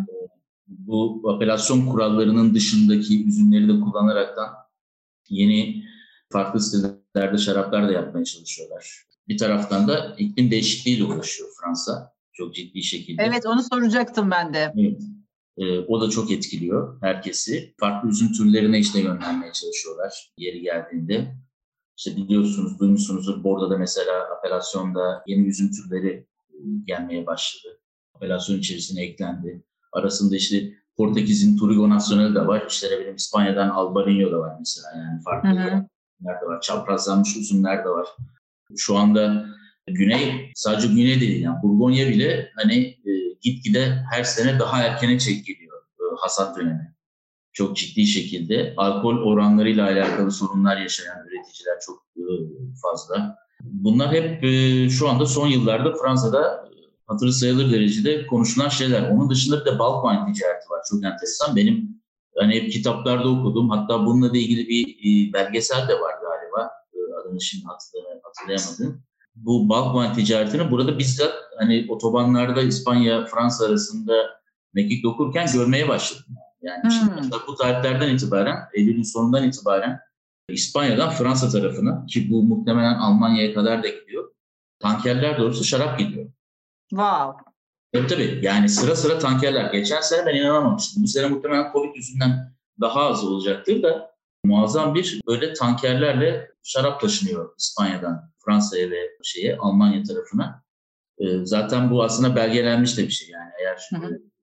Bu apelasyon kurallarının dışındaki üzümleri de kullanaraktan yeni farklı stillerde şaraplar da yapmaya çalışıyorlar. Bir taraftan da iklim değişikliğiyle uğraşıyor Fransa çok ciddi şekilde. Evet, onu soracaktım ben de. Evet. Ee, o da çok etkiliyor herkesi. Farklı üzüm türlerine işte yönlenmeye çalışıyorlar yeri geldiğinde. İşte biliyorsunuz, duymuşsunuzdur. Bordo'da mesela apelasyonda yeni üzüm türleri e, gelmeye başladı. Apelasyon içerisine eklendi. Arasında işte Portekiz'in Touriga Nacional da var. İşte ne bileyim İspanya'dan Albarino da var mesela. Yani farklı üzümler de var. Çaprazlanmış üzümler de var. Şu anda Güney, sadece Güney değil yani Burgonya bile hani e, gitgide her sene daha erkene çek geliyor e, hasat dönemi. Çok ciddi şekilde alkol oranlarıyla alakalı sorunlar yaşayan üreticiler çok e, fazla. Bunlar hep e, şu anda son yıllarda Fransa'da hatırı sayılır derecede konuşulan şeyler. Onun dışında bir de bulk wine ticareti var. Çok enteresan. Benim hani hep kitaplarda okudum. Hatta bununla da ilgili bir e, belgesel de var galiba. E, adını şimdi hatırlayamadım. Bu bulk wine ticaretini burada bizzat hani otobanlarda İspanya, Fransa arasında mekik dokurken görmeye başladım. Yani hmm. şimdi mesela bu tarihlerden itibaren, Eylül'ün sonundan itibaren İspanya'dan Fransa tarafına, ki bu muhtemelen Almanya'ya kadar da gidiyor, tankerler doğrusu şarap gidiyor. Wow. Tabii tabii. Yani sıra sıra tankerler. Geçen sene ben inanamamıştım. Bu sene muhtemelen Covid yüzünden daha az olacaktır da muazzam bir böyle tankerlerle şarap taşınıyor İspanya'dan Fransa'ya ve şeye Almanya tarafına. Ee, zaten bu aslında belgelenmiş de bir şey. Yani eğer hı hı.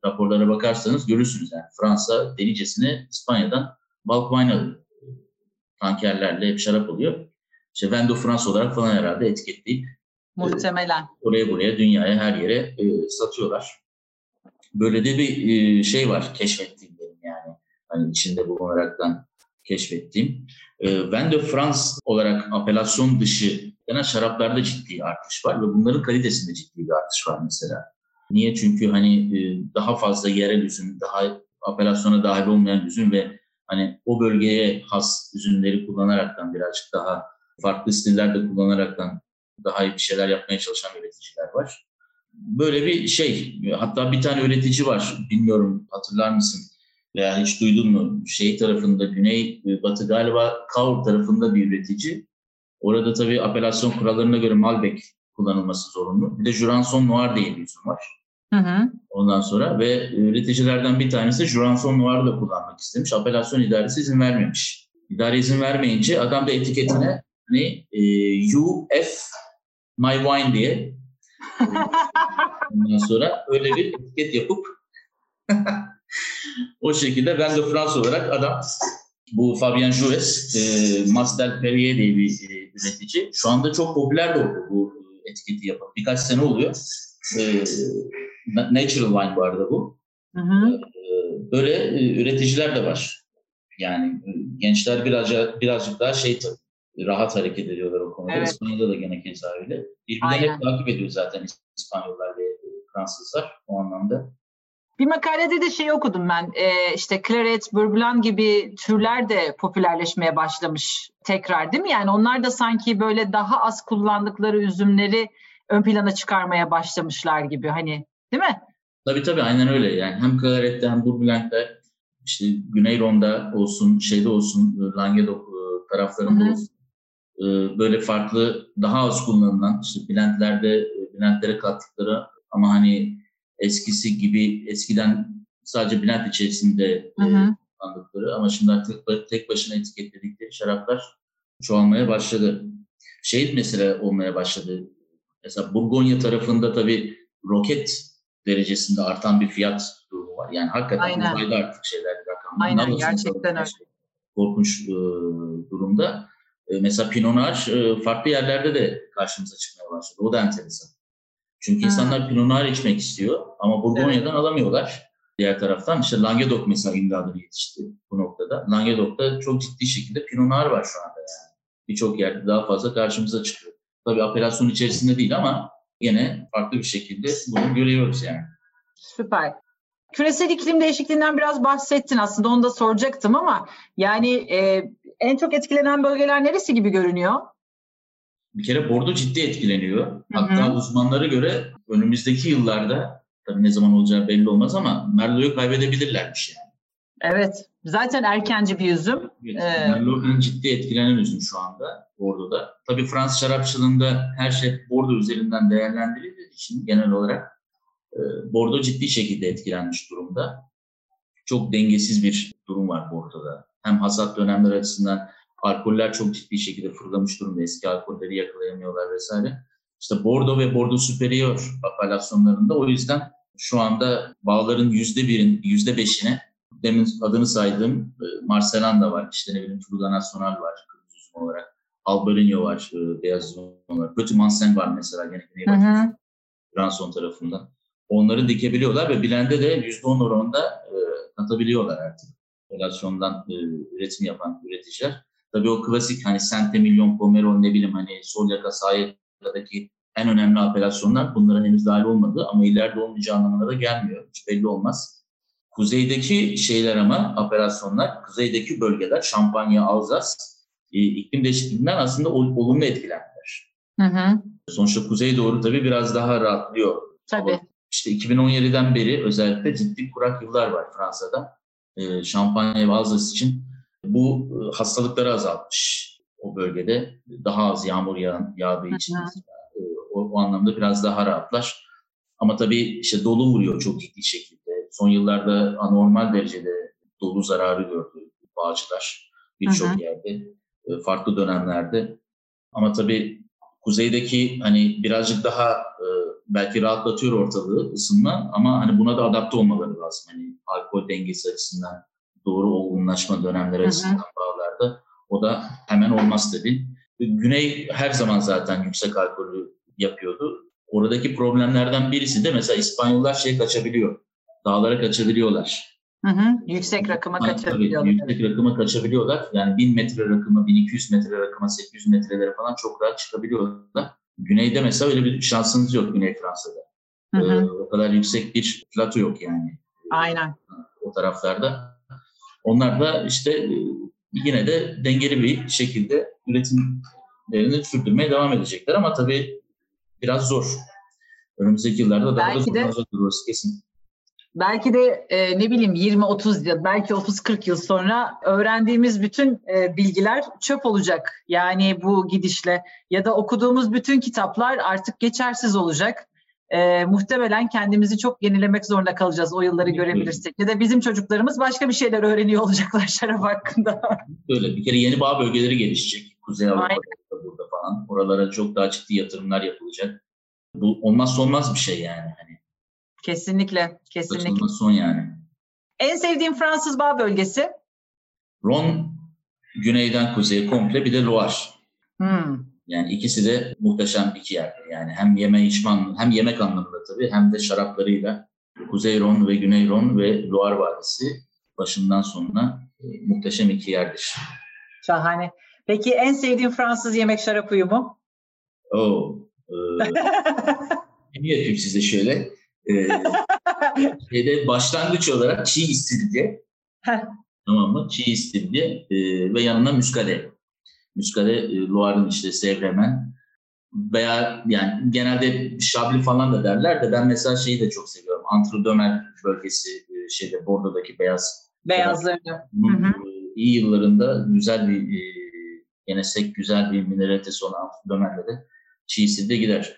raporlara bakarsanız görürsünüz. Yani Fransa delicesine İspanya'dan bulk wine alıyor. Tankerlerle hep şarap alıyor. İşte Vin de France olarak falan herhalde etiketleyip muhtemelen e, oraya buraya, dünyaya, her yere e, satıyorlar. Böyle de bir e, şey var keşfettiğim benim yani. Hani içinde bulunaraktan keşfettiğim. E, Vin de France olarak apelasyon dışı genel şaraplarda ciddi artış var ve bunların kalitesinde ciddi bir artış var mesela. Niye? Çünkü hani e, daha fazla yerel üzüm, daha apelasyona dahil olmayan üzüm ve hani o bölgeye has üzümleri kullanaraktan, birazcık daha farklı stillerde kullanaraktan daha iyi bir şeyler yapmaya çalışan üreticiler var. Böyle bir şey. Hatta bir tane üretici var. Bilmiyorum, hatırlar mısın? Veya hiç duydun mu? Şey tarafında, Güney Batı galiba Kaur tarafında bir üretici. Orada tabii apelasyon kurallarına göre Malbec kullanılması zorunlu. Bir de Jurançon Noir diye bir üzüm var. Hı hı. Ondan sonra ve üreticilerden bir tanesi Jurançon Noir'ı da kullanmak istemiş. Apelasyon idaresi izin vermemiş. İdare izin vermeyince adam da etiketine hani e, U F My Wine diye ondan sonra öyle bir etiket yapıp o şekilde Vin de France olarak adam, bu Fabien Joues, e, Mastel Perrier diye bir e, üretici. Şu anda çok popüler de oldu bu e, etiketi yapan. Birkaç sene oluyor. E, Natural Wine bu arada bu. Hı hı. E, böyle e, üreticiler de var. Yani e, gençler birazcık, birazcık daha şey tabii, rahat hareket ediyorlar o konuda. Evet. İspanya'da da gene keza öyle. Birbirlerini hep takip ediyor zaten İspanyollar ve e, Fransızlar o anlamda. Bir makalede de şey okudum ben, ee, işte Claret, Bourbon gibi türler de popülerleşmeye başlamış tekrar, değil mi? Yani onlar da sanki böyle daha az kullandıkları üzümleri ön plana çıkarmaya başlamışlar gibi, hani, değil mi? Tabii tabii, aynen öyle. Yani hem Claret'te hem Bourbon'de, işte Güney Ronda olsun, şeyde olsun, Languedoc taraflarında olsun. Böyle farklı, daha az kullanılan, işte blendlerde, blendlere kattıkları ama hani eskisi gibi, eskiden sadece blend içerisinde hı hı. kullandıkları ama şimdi artık tek başına etiketledikleri şaraplar çoğalmaya başladı. Şey mesela olmaya başladı. Mesela Burgonya tarafında tabii roket derecesinde artan bir fiyat durumu var. Yani hakikaten uzayda artık şeyler, rakamlar. Aynen, gerçekten öyle. Korkunç e, durumda. E, mesela Pinot Noir e, farklı yerlerde de karşımıza çıkmaya başladı. O da enteresan. Çünkü hmm. insanlar Pinot Noir içmek istiyor ama Burgonya'dan evet. alamıyorlar. Diğer taraftan işte Languedoc mesela imdadını yetişti bu noktada. Languedoc'ta çok ciddi şekilde Pinot Noir var şu anda yani. Birçok yerde daha fazla karşımıza çıkıyor. Tabii operasyon içerisinde değil ama yine farklı bir şekilde bunu görüyoruz yani. Süper. Küresel iklim değişikliğinden biraz bahsettin, aslında onu da soracaktım ama yani e, en çok etkilenen bölgeler neresi gibi görünüyor? Bir kere Bordo ciddi etkileniyor. Hı-hı. Hatta uzmanlara göre önümüzdeki yıllarda, tabii ne zaman olacağı belli olmaz ama Merlot'u kaybedebilirlermiş yani. Evet, zaten erkenci bir üzüm. Evet, ee... Merlot en ciddi etkilenen üzüm şu anda Bordo'da. Tabii Fransız şarapçılığında her şey Bordo üzerinden değerlendirildiği için genel olarak Bordo ciddi şekilde etkilenmiş durumda. Çok dengesiz bir durum var Bordo'da. Hem hasat dönemleri açısından alkoller çok ciddi şekilde fırlamış durumda. Eski alkolleri yakalayamıyorlar vesaire. İşte Bordo ve Bordo Superior apelasyonlarında o yüzden şu anda bağların yüzde birin, yüzde beşine demin adını saydığım Marselan da var. İşte ne bileyim Fruga Nacional var kırmızı üzüm olarak. Albarino var beyaz üzüm olarak. Petit Mansen var mesela gene Güney Batı Ranson tarafından. Onları dikebiliyorlar ve blende de yüzde on oranında e, katabiliyorlar artık. Apelasyondan e, üretim yapan üreticiler. Tabii o klasik hani Saint-Emilion, Pomerol, ne bileyim hani Solyaka, Sayaka'daki en önemli apelasyonlar bunların henüz dahil olmadı ama ileride olmayacağı anlamına da gelmiyor. Hiç belli olmaz. Kuzeydeki şeyler ama apelasyonlar, kuzeydeki bölgeler, Şampanya, Alzas, e, iklim değişikliğinden aslında ol, olumlu etkilendiler. Hı hı. Sonuçta kuzey doğru tabii biraz daha rahatlıyor. Tabii. İşte iki bin on yediden beri özellikle ciddi kurak yıllar var Fransa'da. E, Şampanya ve Alzas için bu e, hastalıkları azaltmış o bölgede. Daha az yağmur yağ, yağdığı için e, o, o anlamda biraz daha rahatlar. Ama tabii işte dolu vuruyor çok ciddi şekilde. Son yıllarda anormal derecede dolu zararı gördü bağcılar birçok yerde, e, farklı dönemlerde. Ama tabii kuzeydeki hani birazcık daha e, belki rahatlatıyor ortalığı, ısınma, ama hani buna da adapte olmaları lazım. Hani alkol dengesi açısından, doğru olgunlaşma dönemleri açısından bağlarda o da hemen olmaz tabii. Güney her zaman zaten yüksek alkolü yapıyordu. Oradaki problemlerden birisi de mesela İspanyollar şey kaçabiliyor. Dağlara kaçabiliyorlar. Hı hı, yüksek rakıma Yani, kaçabiliyorlar. tabii, yüksek rakıma kaçabiliyorlar. Yani bin metre rakıma, bin iki yüz metre rakıma, sekiz yüz metrelere falan çok rahat çıkabiliyorlar. Güneyde mesela öyle bir şansınız yok Güney Fransa'da. Hı hı. Ee, o kadar yüksek bir plato yok yani. Aynen. O taraflarda. Onlar da işte yine de dengeli bir şekilde üretimlerini sürdürmeye devam edecekler ama tabii biraz zor. Önümüzdeki yıllarda daha Belki da de zorlanacak orası kesin. belki de e, ne bileyim yirmi otuz yıl, belki otuz kırk yıl sonra öğrendiğimiz bütün e, bilgiler çöp olacak. Yani bu gidişle ya da okuduğumuz bütün kitaplar artık geçersiz olacak. E, muhtemelen kendimizi çok yenilemek zorunda kalacağız o yılları görebilirsek. Ya da bizim çocuklarımız başka bir şeyler öğreniyor olacaklar şarap hakkında. Böyle bir kere yeni bağ bölgeleri gelişecek. Kuzey Avrupa'da, Aynen. burada falan. Oralara çok daha ciddi yatırımlar yapılacak. Bu olmazsa olmaz bir şey yani. Hani Kesinlikle, kesinlikle. kaçınılmaz son yani. En sevdiğim Fransız bağ bölgesi? Rhône, güneyden kuzeye komple, bir de Loire. Hmm. Yani ikisi de muhteşem iki yer. Yani hem yeme içme, hem yemek anlamında tabii, hem de şaraplarıyla Kuzey Rhône ve Güney Rhône ve Loire Vadisi başından sonuna e, muhteşem iki yerdir. Şahane. Peki en sevdiğin Fransız yemek şarap uyumu? Oo, e, ne yapayım size şöyle. E, şeyde başlangıç olarak çiğ istiridye. Tamam mı? Çiğ istiridye e, ve yanına müskade. Müskade e, Loire'ın işte Sevremen. Veya yani genelde şabli falan da derler de ben mesela şeyi de çok seviyorum. Entre-Deux-Mers bölgesi, e, şeyde Bordeaux'daki beyaz. Beyazlarını. Bunun e, iyi yıllarında güzel bir e, gene sek güzel bir mineralitesi olan Entre-Deux-Mers'le de çiğsi de gider.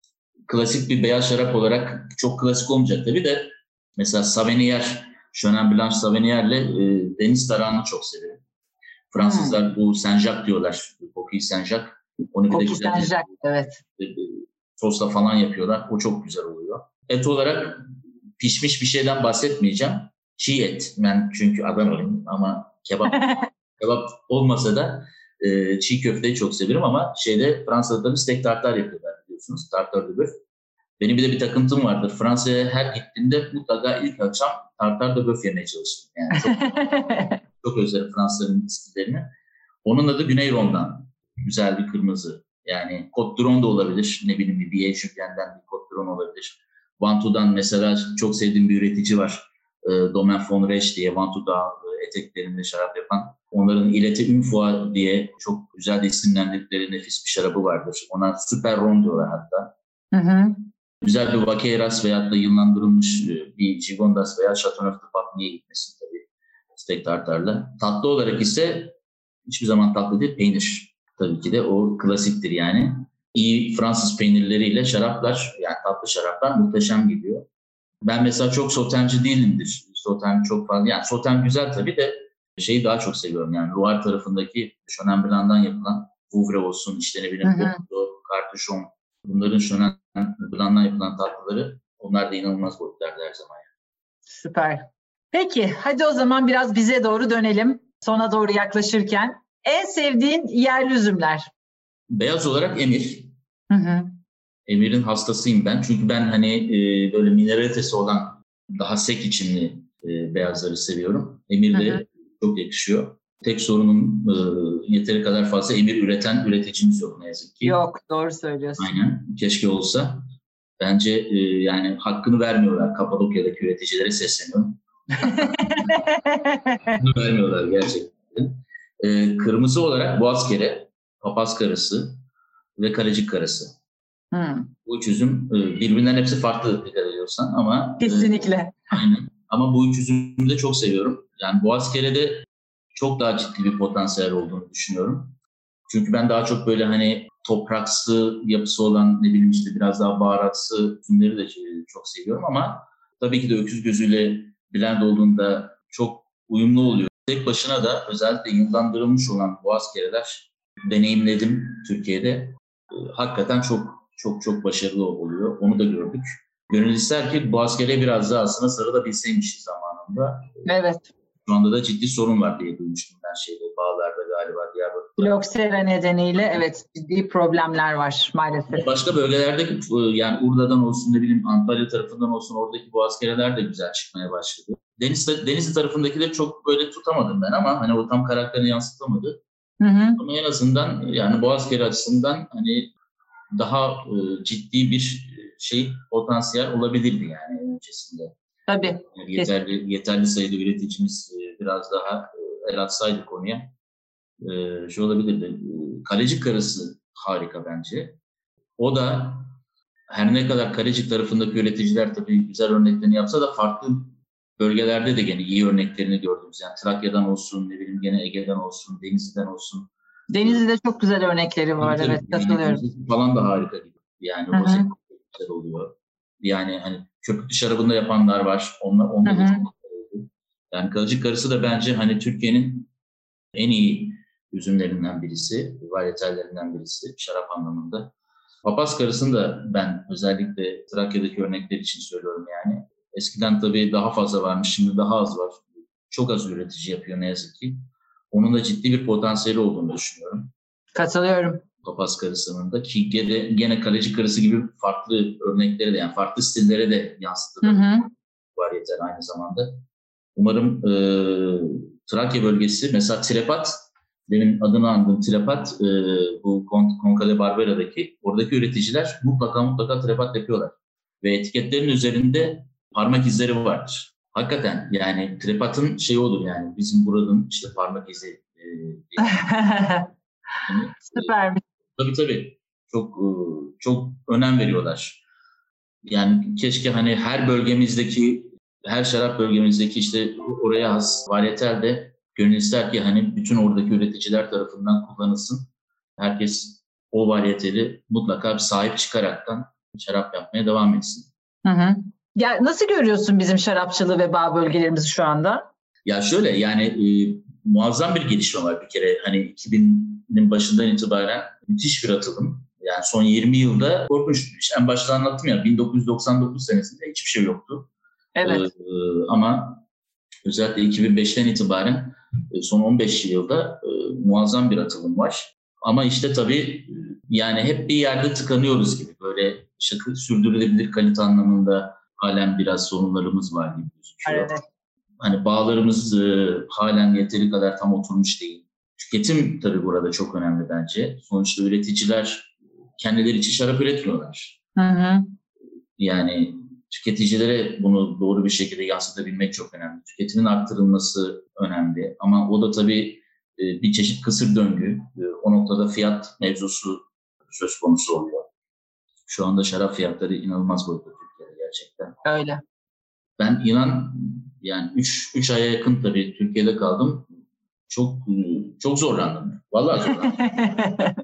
Klasik bir beyaz şarap olarak çok klasik olmayacak tabii de mesela Savenier, Chenin Blanc Savenier'le e, deniz tarağını çok severim. Fransızlar hmm. bu Saint-Jacques diyorlar. Coquille Saint-Jacques. Onu bir de güzel Saint-Jacques, evet. Sosla falan yapıyorlar. O çok güzel oluyor. Et olarak pişmiş bir şeyden bahsetmeyeceğim. Çiğ et. Ben çünkü Adanalıyım ama kebap kebap olmasa da e, çiğ köfteyi çok severim ama şeyde Fransa'da tabii steak tartar yapıyorlar biliyorsunuz. Tartar de bœuf. Benim bir de bir takıntım vardır. Fransa'ya her gittiğimde mutlaka ilk akşam tartar de bœuf yemeye çalıştım. Yani çok, çok özlerim Fransa'nın iskilerini. Onun adı Güney Rhône'dan. Güzel bir kırmızı. Yani Côte d'Iron da olabilir. Ne bileyim bir Billet Julien'den bir Côte d'Iron olabilir. Vantou'dan mesela çok sevdiğim bir üretici var. E, Domaine Fonrech diye Vantou'da e, eteklerinde şarap yapan. Onların İlete Une Fois diye çok güzel de isimlendirdikleri nefis bir şarabı vardır. Ona Super Rhône diyorlar hatta. Hı hı. Güzel bir Vaqueiras veyahut da yıllandırılmış bir Gigondas veya Chateauneuf de Pape'ye gitmesin tabii. Steak tartarla. Tatlı olarak ise hiçbir zaman tatlı değil, peynir. Tabii ki de o klasiktir yani. İyi Fransız peynirleriyle şaraplar, yani tatlı şaraplar muhteşem geliyor. Ben mesela çok sotenci değilimdir. Soten çok fazla, yani soten güzel tabii de şeyi daha çok seviyorum yani. Loire tarafındaki Chenin Blanc'dan yapılan Vouvray olsun, işte ne bileyim Bordeaux, Cartouchon, bunların Chenin Blanc'dan yapılan tatlıları, onlar da inanılmaz boyutlarda her zaman. Yani. Süper. Peki, hadi o zaman biraz bize doğru dönelim. Sona doğru yaklaşırken. En sevdiğin yerli üzümler? Beyaz olarak Emir. Hı hı. Emir'in hastasıyım ben. Çünkü ben hani e, böyle mineralitesi olan daha sek içimli e, beyazları seviyorum. Emir de hı hı. çok yakışıyor. Tek sorunum e, yeteri kadar fazla Emir üreten üreticimiz yok ne yazık ki. Yok, doğru söylüyorsun. Aynen. Keşke olsa. Bence e, yani hakkını vermiyorlar. Kapadokya'daki üreticilere sesleniyorum. Hakkını vermiyorlar gerçekten. E, kırmızı olarak Boğazkere, Papaz karısı ve Kalecik karısı. Hmm. Bu üç üzüm birbirinden hepsi farklı dikkat ediyorsan ama kesinlikle. E, aynen. Ama bu üç üzümü de çok seviyorum. Yani Boğazkere'de çok daha ciddi bir potansiyel olduğunu düşünüyorum. Çünkü ben daha çok böyle hani topraksı yapısı olan ne bileyim işte biraz daha baharatsı üzümleri de çok seviyorum ama tabii ki de öküz gözüyle blend olduğunda çok uyumlu oluyor. Tek başına da özellikle yıllandırılmış olan Boğazkere'ler deneyimledim Türkiye'de. Hakikaten çok çok çok başarılı oluyor. Onu da gördük. Gönül ister ki bu askere biraz daha aslında sarılabilseymişiz zamanında. Evet. Şu anda da ciddi sorun var diye duymuştum ben şeyde. Bağlar'da galiba Diyarbakır'da. Bloksera nedeniyle evet ciddi problemler var maalesef. Başka bölgelerde yani Urla'dan olsun ne bileyim Antalya tarafından olsun oradaki bu askereler de güzel çıkmaya başladı. Denizli, Denizli tarafındakileri çok böyle tutamadım ben ama hani o tam karakterini yansıtamadı. Hı hı. Ama en azından yani bu askeri açısından hani daha e, ciddi bir şey potansiyel olabilirdi yani öncesinde. Tabii. Yani yeterli yeterli sayıda üreticimiz e, biraz daha e, el atsaydı konuya e, şey olabilirdi. E, Kalecik karası harika bence. O da her ne kadar Kalecik tarafındaki üreticiler tabii güzel örneklerini yapsa da farklı bölgelerde de gene iyi örneklerini gördüğümüz. Yani Trakya'dan olsun, ne bileyim gene Ege'den olsun, Denizli'den olsun. Denizli'de çok güzel örnekleri var. Tabii, evet, katılıyorum. Yani, falan da harika gibi. Yani o sektör güzel oluyor. Yani hani köpüklü şarabını da yapanlar var. Onlar, onlar da çok güzel. Yani Kalecik karısı da bence hani Türkiye'nin en iyi üzümlerinden birisi, varyetellerinden birisi şarap anlamında. Papaz karısını da ben özellikle Trakya'daki örnekler için söylüyorum yani. Eskiden tabii daha fazla varmış, şimdi daha az var. Çok az üretici yapıyor ne yazık ki. Onun da ciddi bir potansiyeli olduğunu düşünüyorum. Katılıyorum. Papaz karısının da ki gene, gene Kalecik karısı gibi farklı örnekleri de yani farklı stillere de yansıtılır varyetel aynı zamanda. Umarım e, Trakya bölgesi mesela Trepat, benim adını andığım Trepat, e, bu Conca de Barbera'daki oradaki üreticiler mutlaka mutlaka Trepat yapıyorlar. Ve etiketlerin üzerinde parmak izleri vardır. Hakikaten yani Trepat'ın şeyi olur yani bizim buranın işte parmak izi. E, yani, Süpermiş. E, tabii tabii çok çok önem veriyorlar. Yani keşke hani her bölgemizdeki her şarap bölgemizdeki işte oraya has varyetel de gönül ister ki hani bütün oradaki üreticiler tarafından kullanılsın. Herkes o varyeteli mutlaka bir sahip çıkaraktan şarap yapmaya devam etsin. Hı hı. Ya nasıl görüyorsun bizim şarapçılığı ve bağ bölgelerimizi şu anda? Ya şöyle yani e, muazzam bir gelişme var bir kere. Hani iki binin başından itibaren müthiş bir atılım. Yani son yirmi yılda korkunç. En başta anlattım ya bin dokuz yüz doksan dokuz senesinde hiçbir şey yoktu. Evet. Ee, ama özellikle iki bin beşten itibaren son on beş yılda e, muazzam bir atılım var. Ama işte tabii yani hep bir yerde tıkanıyoruz gibi. Böyle şakı, sürdürülebilir kalite anlamında halen biraz sorunlarımız var gibi gözüküyor. Evet. Hani bağlarımız e, halen yeteri kadar tam oturmuş değil. Tüketim tabii burada çok önemli bence. Sonuçta üreticiler kendileri için şarap üretmiyorlar. Hı hı. Yani tüketicilere bunu doğru bir şekilde yansıtabilmek çok önemli. Tüketimin arttırılması önemli. Ama o da tabii bir çeşit kısır döngü. O noktada fiyat mevzusu söz konusu oluyor. Şu anda şarap fiyatları inanılmaz boyutta Türkiye'de gerçekten. Öyle. Ben inan yani üç aya yakın tabii Türkiye'de kaldım. Çok çok zorlandım. Vallahi zorlandım.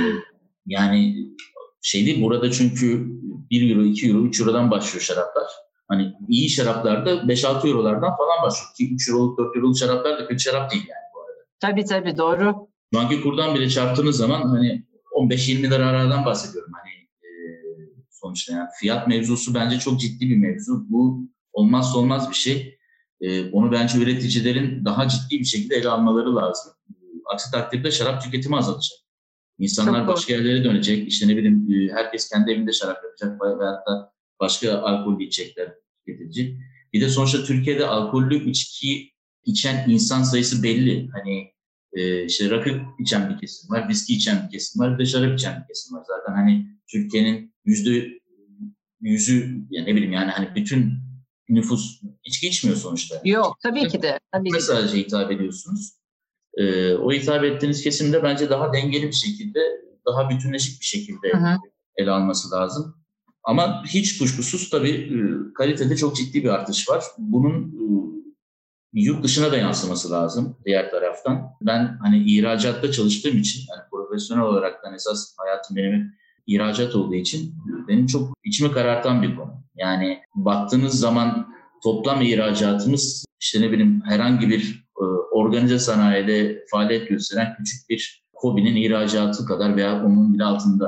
Yani şey değil burada çünkü bir euro, iki euro, üç eurodan başlıyor şaraplar. Hani iyi şaraplarda beş altı eurolardan falan başlıyor. Ki üç euroluk, dört euroluk şaraplar da kötü şarap değil yani bu arada. Tabii tabii doğru. Şu anki kurdan bile çarptığınız zaman hani on beş yirmi liralardan bahsediyorum. Hani e, sonuçta yani fiyat mevzusu bence çok ciddi bir mevzu. Bu olmazsa olmaz bir şey. E, onu bence üreticilerin daha ciddi bir şekilde ele almaları lazım. Aksi takdirde şarap tüketimi azalacak. İnsanlar çok başka doğru. Yerlere dönecek. İşte ne bileyim herkes kendi evinde şarap yapacak veyahut da başka alkollü içecekler tüketilecek. Bir de sonuçta Türkiye'de alkollü içki içen insan sayısı belli. Hani e, işte rakı içen bir kesim var, viski içen bir kesim var, bir de şarap içen bir kesim var. Zaten hani Türkiye'nin yüzde yüzü ya ne bileyim yani hani bütün nüfus içki içmiyor sonuçta. Yok tabii ki de. Tabii ki de. Sadece hitap ediyorsunuz. Ee, o hitap ettiğiniz kesimde bence daha dengeli bir şekilde, daha bütünleşik bir şekilde hı hı. ele alması lazım. Ama hiç kuşkusuz tabii kalitede çok ciddi bir artış var. Bunun yurt dışına da yansıması lazım diğer taraftan. Ben hani ihracatta çalıştığım için, yani profesyonel olaraktan esas hayatım benim ihracat olduğu için benim çok içimi karartan bir konu. Yani baktığınız zaman toplam ihracatımız işte ne bileyim herhangi bir organize sanayide faaliyet gösteren küçük bir KOBİ'nin ihracatı kadar veya onun bile altında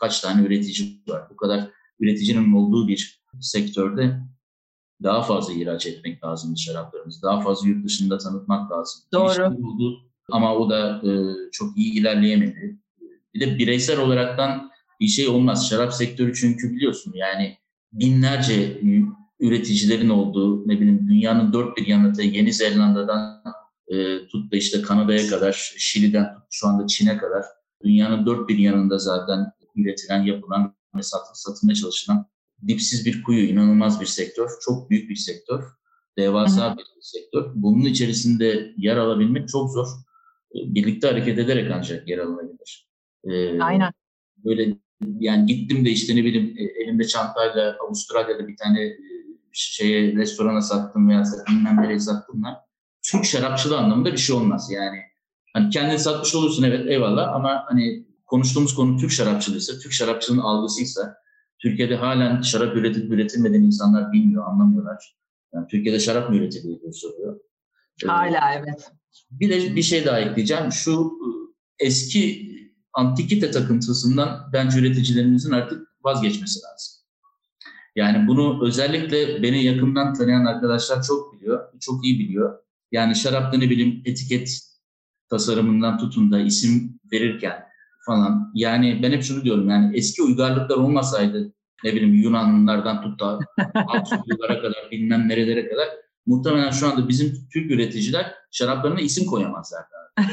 kaç tane üretici var. Bu kadar üreticinin olduğu bir sektörde daha fazla ihraç etmek lazım şaraplarımızı. Daha fazla yurt dışında tanıtmak lazım. Doğru. Oldu ama o da e, çok iyi ilerleyemedi. Bir de bireysel olaraktan bir şey olmaz. Şarap sektörü çünkü biliyorsun yani binlerce üreticilerin olduğu, ne bileyim dünyanın dört bir yanında, Yeni Zelanda'dan e, tut da işte Kanada'ya kadar, Şili'den tut şu anda Çin'e kadar dünyanın dört bir yanında zaten üretilen, yapılan ve satılmaya çalışılan dipsiz bir kuyu, inanılmaz bir sektör, çok büyük bir sektör, devasa Hı-hı. bir sektör. Bunun içerisinde yer alabilmek çok zor. Birlikte hareket ederek ancak yer alınabilir. Ee, Aynen. Böyle yani gittim de işte ne bileyim elimde çantayla Avustralya'da bir tane şeye restorana sattım veya bilmem nereye sattımla Türk şarapçılığı anlamında bir şey olmaz. Yani hani kendini satmış olursun evet eyvallah ama hani konuştuğumuz konu Türk şarapçılığıysa, Türk şarapçılığının algısıysa Türkiye'de halen şarap üretip üretilmeden insanlar bilmiyor, anlamıyorlar. Yani Türkiye'de şarap mı üretiliyor diye soruyor. Hala ee, evet. Bir de bir şey daha ekleyeceğim. Şu eski antikite takıntısından bence üreticilerimizin artık vazgeçmesi lazım. Yani bunu özellikle beni yakından tanıyan arkadaşlar çok biliyor, çok iyi biliyor. Yani şarapta ne bileyim etiket tasarımından tutun da isim verirken falan. Yani ben hep şunu diyorum yani eski uygarlıklar olmasaydı ne bileyim Yunanlılardan tut da Asyalılara kadar bilmem nerelere kadar muhtemelen şu anda bizim Türk üreticiler şaraplarına isim koyamazlardı.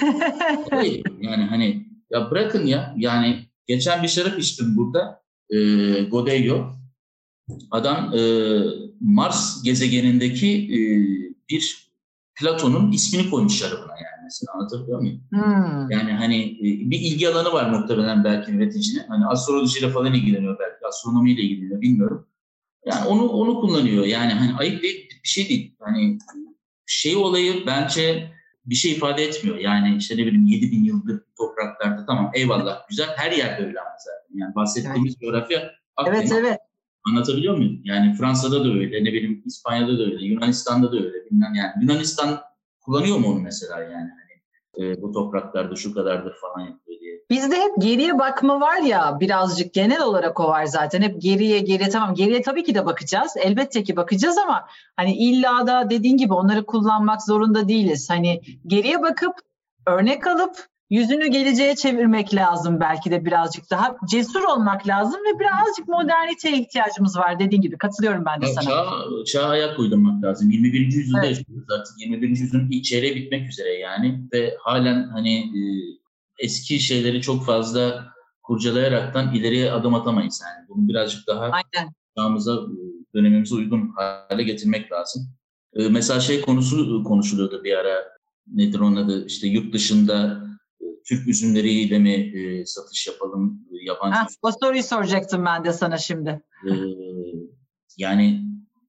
Yani hani ya bırakın ya yani geçen bir şarap içtim burada e, Godello. Adam e, Mars gezegenindeki e, bir Platon'un ismini koymuş şarabına yani mesela anlatabiliyor muyum? Hmm. Yani hani e, bir ilgi alanı var muhtemelen belki üreticinin. Hani astrolojiyle falan ilgileniyor belki, astronomiyle ilgileniyor bilmiyorum. Yani onu onu kullanıyor. Yani hani ayıp değil, bir şey değil. Hani şey olayı bence bir şey ifade etmiyor. Yani işte ne bileyim yedi bin yıldır topraklarda tamam eyvallah güzel her yerde öyle ama zaten. Yani bahsettiğimiz evet. coğrafya Akdeniz. Evet evet. Anlatabiliyor muyum? Yani Fransa'da da öyle, ne bileyim İspanya'da da öyle, Yunanistan'da da öyle. Bilmem yani Yunanistan kullanıyor mu onu mesela yani hani e, bu topraklarda şu kadardır falan yapıyor diye. Bizde hep geriye bakma var ya birazcık genel olarak o var zaten. Hep geriye geriye tamam geriye tabii ki de bakacağız. Elbette ki bakacağız ama hani illa da dediğin gibi onları kullanmak zorunda değiliz. Hani geriye bakıp örnek alıp yüzünü geleceğe çevirmek lazım belki de birazcık daha cesur olmak lazım ve birazcık moderniteye ihtiyacımız var dediğin gibi katılıyorum ben de ya, sana. Çağ, çağa ayak uydurmak lazım. yirmi birinci yüzyılda evet. yaşıyoruz artık. yirmi birinci yüzyılın ilk çeyreği bitmek üzere yani ve halen hani e, eski şeyleri çok fazla kurcalayaraktan ileriye adım atamayız yani. Bunu birazcık daha Aynen. çağımıza, dönemimize uygun hale getirmek lazım. E, mesela şey konusu konuşuluyordu bir ara. Nedir onun adı? İşte yurt dışında Türk üzümleriyle mi e, satış yapalım? Yabancı ha, o soruyu soracaktım ben de sana şimdi. Ee, yani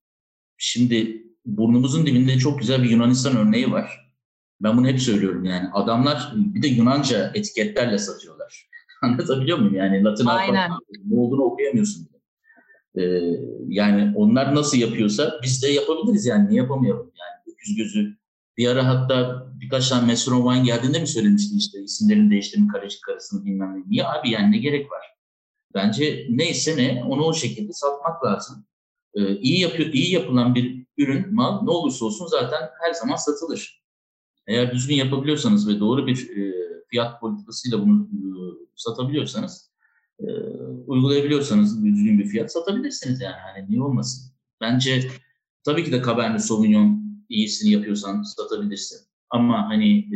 şimdi burnumuzun dibinde çok güzel bir Yunanistan örneği var. Ben bunu hep söylüyorum yani. Adamlar bir de Yunanca etiketlerle satıyorlar. Anlatabiliyor muyum? Yani Latin alfabetin ne olduğunu okuyamıyorsun. Ee, yani onlar nasıl yapıyorsa biz de yapabiliriz yani. Niye yapamayalım yani? Öküz gözü. Bir ara hatta birkaç tane Mesron Wine geldiğinde mi söylemiştin işte isimlerini değiştirdim karışık karısını bilmem ne. Niye abi yani ne gerek var? Bence neyse ne onu o şekilde satmak lazım. Ee, iyi yapıyor, iyi yapılan bir ürün, mal ne olursa olsun zaten her zaman satılır. Eğer düzgün yapabiliyorsanız ve doğru bir e, fiyat politikasıyla bunu e, satabiliyorsanız, e, uygulayabiliyorsanız düzgün bir fiyat satabilirsiniz yani. Hani niye olmasın? Bence tabii ki de Cabernet Sauvignon iyisini yapıyorsan satabilirsin. Ama hani e,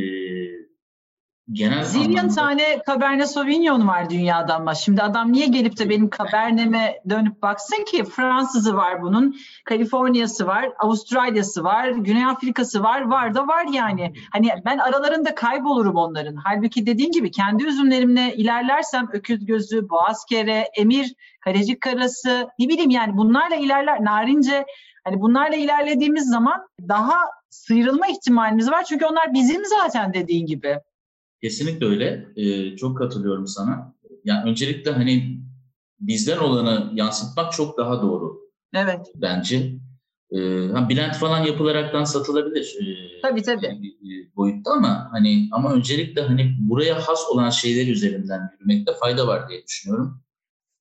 genel Zilyon anlamda... tane Cabernet Sauvignon var dünyada ama şimdi adam niye gelip de benim Cabernet'ime dönüp baksın ki? Fransızı var bunun, Kaliforniyası var, Avustralya'sı var, Güney Afrika'sı var, var da var yani. Hani ben aralarında kaybolurum onların. Halbuki dediğin gibi kendi üzümlerimle ilerlersem öküz gözü, boğazkere, emir, kalecik karası ne bileyim yani bunlarla ilerler, narince hani bunlarla ilerlediğimiz zaman daha sıyrılma ihtimalimiz var. Çünkü onlar bizim zaten dediğin gibi. Kesinlikle öyle. Ee, çok katılıyorum sana. Yani öncelikle hani bizden olanı yansıtmak çok daha doğru. Evet. Bence. Ee, blend falan yapılaraktan satılabilir. E, tabii tabii. E, boyutta ama hani ama öncelikle hani buraya has olan şeyler üzerinden yürümekte fayda var diye düşünüyorum.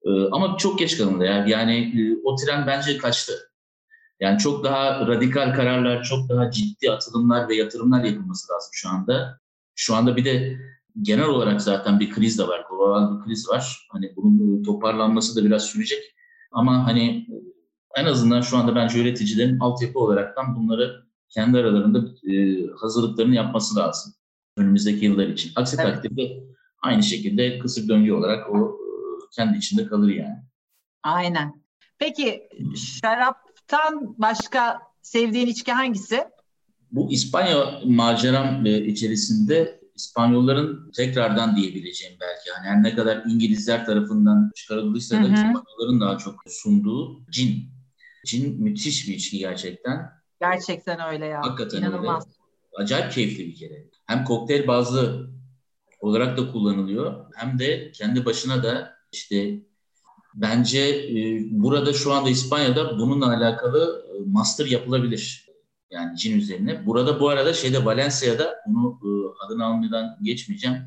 Ama çok geç kalındı ya. Yani o tren bence kaçtı. Yani çok daha radikal kararlar, çok daha ciddi atılımlar ve yatırımlar yapılması lazım şu anda. Şu anda bir de genel olarak zaten bir kriz de var, global bir kriz var. Hani bunun toparlanması da biraz sürecek. Ama hani en azından şu anda bence üreticilerin altyapı olaraktan bunları kendi aralarında e, hazırlıklarını yapması lazım önümüzdeki yıllar için. Aksi evet. takdirde aynı şekilde kısır döngü olarak o e, kendi içinde kalır yani. Aynen. Peki şaraptan başka sevdiğin içki hangisi? Bu İspanya maceram e, içerisinde İspanyolların tekrardan diyebileceğim belki. Yani her ne kadar İngilizler tarafından çıkarıldıysa da İspanyolların daha çok sunduğu cin. Cin müthiş bir içki gerçekten. Gerçekten öyle ya. Hakikaten İnanılmaz. öyle. Acayip keyifli bir kere. Hem kokteyl bazlı olarak da kullanılıyor. Hem de kendi başına da işte bence e, burada şu anda İspanya'da bununla alakalı e, master yapılabilir. Yani cin üzerine. Burada bu arada şeyde Valencia'da bunu e, adını almadan geçmeyeceğim.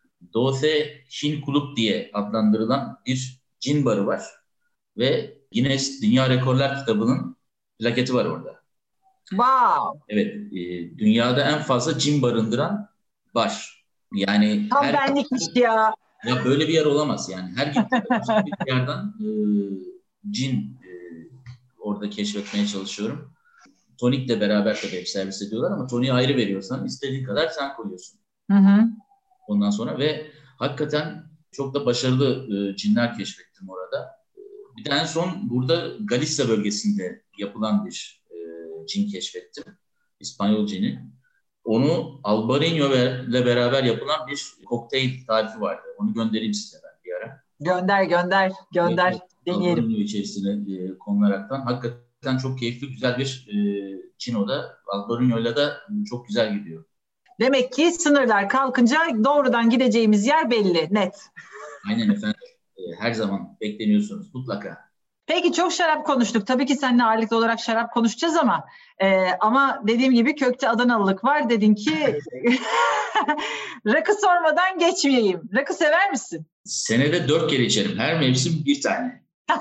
Doce Cin Club diye adlandırılan bir cin barı var. Ve Guinness Dünya Rekorlar kitabının plaketi var orada. Wow. Evet. E, dünyada en fazla cin barındıran bar. Yani tam her benlikmiş ya. Ya böyle bir yer olamaz yani. Her gittiğimde başka bir yerden e, cin e, orada keşfetmeye çalışıyorum. Tonikle beraber tabii hep servis ediyorlar ama toniği ayrı veriyorsan istediğin kadar sen koyuyorsun. Hı hı. Ondan sonra ve hakikaten çok da başarılı e, cinler keşfettim orada. E, bir de en son burada Galicia bölgesinde yapılan bir e, cin keşfettim. İspanyol cini. Onu Albarino ile beraber yapılan bir kokteyl tarifi vardı. Onu göndereyim size ben bir ara. Gönder, gönder, gönder. Evet, deneyelim. Albarino içerisine e, konularaktan. Hakikaten çok keyifli, güzel bir e, cin o da. Albarino ile de çok güzel gidiyor. Demek ki sınırlar kalkınca doğrudan gideceğimiz yer belli, net. Aynen efendim. E, her zaman bekleniyorsunuz mutlaka. Peki çok şarap konuştuk. Tabii ki seninle ağırlıklı olarak şarap konuşacağız ama e, ama dediğim gibi kökte Adanalılık var. Dedin ki rakı sormadan geçmeyeyim. Rakı sever misin? Senede dört kere içerim. Her mevsim bir tane.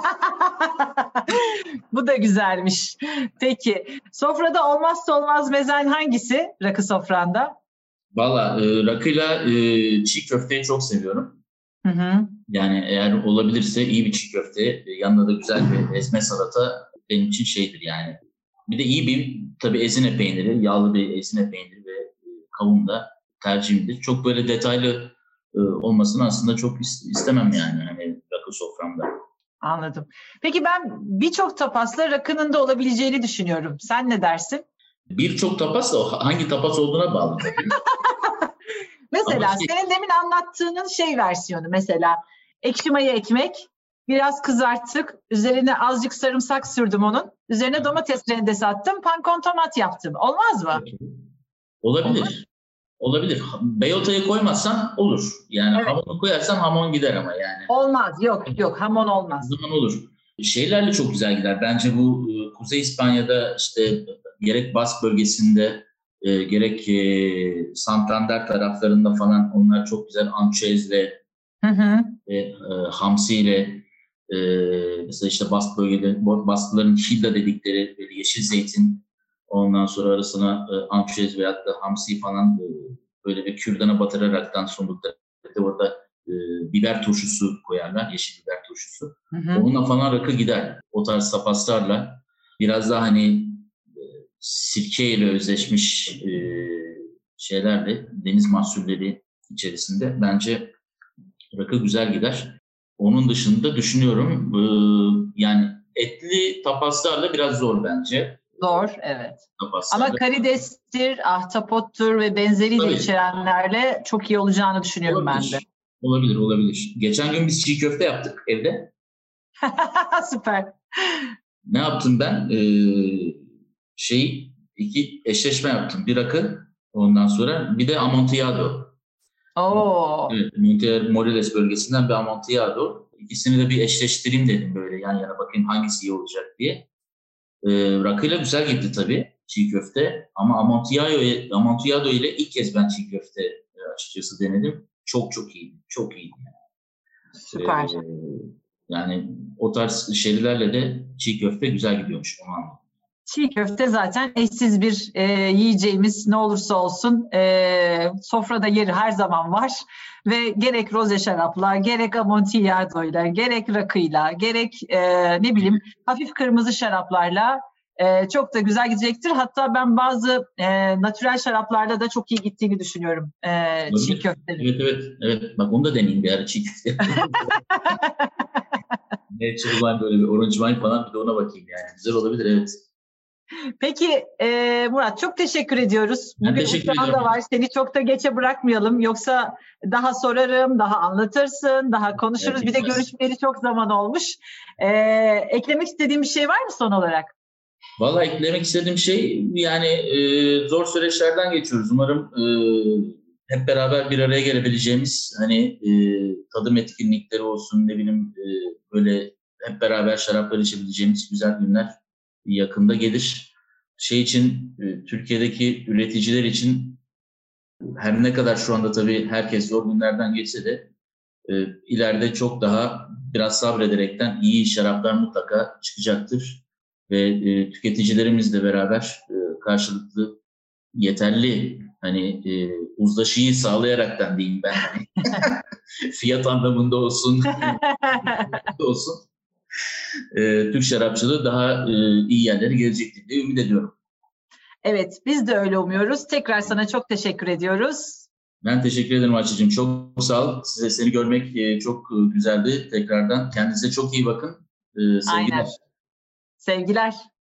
Bu da güzelmiş. Peki sofrada olmazsa olmaz mezen hangisi rakı sofranda? Valla e, rakıyla e, çiğ köfteyi çok seviyorum. Hı hı. Yani eğer olabilirse iyi bir çiğ köfte, yanında da güzel bir ezme salata benim için şeydir yani. Bir de iyi bir tabii ezine peyniri, yağlı bir ezine peyniri ve kavun da tercihimdir. Çok böyle detaylı e, olmasını aslında çok istemem yani hani rakı soframda. Anladım. Peki ben birçok tapasla rakının da olabileceğini düşünüyorum. Sen ne dersin? Birçok tapas da hangi tapas olduğuna bağlı tabii. Mesela Ama senin demin anlattığının şey versiyonu mesela ekşi maya ekmek, biraz kızarttık, üzerine azıcık sarımsak sürdüm onun, üzerine domates rendesi attım, pankon tomat yaptım. Olmaz mı? Olabilir. Olmaz. Olabilir. Beyotayı koymazsan olur. Yani evet. Hamonu koyarsan hamon gider ama yani. Olmaz. Yok yok hamon olmaz. O zaman olur. Şeylerle çok güzel gider. Bence bu Kuzey İspanya'da işte gerek Bask bölgesinde e, gerek e, Santander taraflarında falan onlar çok güzel ançezle ve e, hamsiyle e, mesela işte Bask bölgeleri, Baskların hilla dedikleri böyle yeşil zeytin ondan sonra arasına e, ançez veyahut da hamsi falan e, böyle bir kürdana batıraraktan sundukları orada e, biber turşusu koyarlar. Yeşil biber turşusu. Hı hı. Onunla falan rakı gider. O tarz tapaslarla biraz daha hani e, sirkeyle özleşmiş e, şeylerle deniz mahsulleri içerisinde bence rakı güzel gider. Onun dışında düşünüyorum e, yani etli tapaslarla biraz zor bence. Zor, evet. Tapaslarla. Ama karidestir, ahtapottur ve benzeri de içerenlerle çok iyi olacağını düşünüyorum olabilir. ben de. Olabilir, olabilir. Geçen gün biz çiğ köfte yaptık evde. Süper. Ne yaptım ben? Ee, şey, iki eşleşme yaptım. Bir rakı, ondan sonra bir de Amontillado. Oo. Evet, Monte Morelos bölgesinden bir Amontillado. İkisini de bir eşleştireyim dedim böyle yan yana bakayım hangisi iyi olacak diye. Ee, rakıyla güzel gitti tabii çiğ köfte. Ama Amontillado, Amontillado ile ilk kez ben çiğ köfte açıkçası denedim. Çok çok iyiydi. Çok iyiydi. Süper. Ee, Yani o tarz şeylerle de çiğ köfte güzel gidiyormuş. Onu anladım. Çiğ köfte zaten eşsiz bir e, yiyeceğimiz, ne olursa olsun e, sofrada yeri her zaman var. Ve gerek roze şarapla, gerek amontillado gerek rakıyla, gerek e, ne bileyim hafif kırmızı şaraplarla e, çok da güzel gidecektir. Hatta ben bazı e, natürel şaraplarla da çok iyi gittiğini düşünüyorum e, çiğ köftenin. Evet, evet, evet. Bak onu da deneyeyim bir ara, çiğ köfte. Natural wine, böyle bir orange wine falan, bir de ona bakayım yani. Güzel olabilir, evet. Peki e, Murat, çok teşekkür ediyoruz. Ben Bugün teşekkür uçağın ediyorum. da var. Seni çok da geçe bırakmayalım. Yoksa daha sorarım, daha anlatırsın, daha konuşuruz. Evet, Bir de görüşmeli çok zaman olmuş. E, eklemek istediğin bir şey var mı son olarak? Vallahi eklemek istediğim şey, yani e, zor süreçlerden geçiyoruz. Umarım e, hep beraber bir araya gelebileceğimiz, hani e, tadım etkinlikleri olsun, ne bileyim e, böyle hep beraber şaraplar içebileceğimiz güzel günler yakında gelir. Şey için, e, Türkiye'deki üreticiler için her ne kadar şu anda tabii herkes zor günlerden geçse de e, ileride çok daha biraz sabrederekten iyi şaraplar mutlaka çıkacaktır. Ve e, tüketicilerimizle beraber e, karşılıklı yeterli, hani e, uzlaşıyı sağlayaraktan diyeyim ben, hani fiyat anlamında olsun olsun e, Türk şarapçılığı daha e, iyi yerlere gelecektir diye ümit ediyorum. Evet, biz de öyle umuyoruz. Tekrar sana çok teşekkür ediyoruz. Ben teşekkür ederim Ayça'cığım. Çok sağ ol. Size, seni görmek e, çok güzeldi tekrardan. Kendinize çok iyi bakın. E, sevgiler. Aynen. Sevgiler.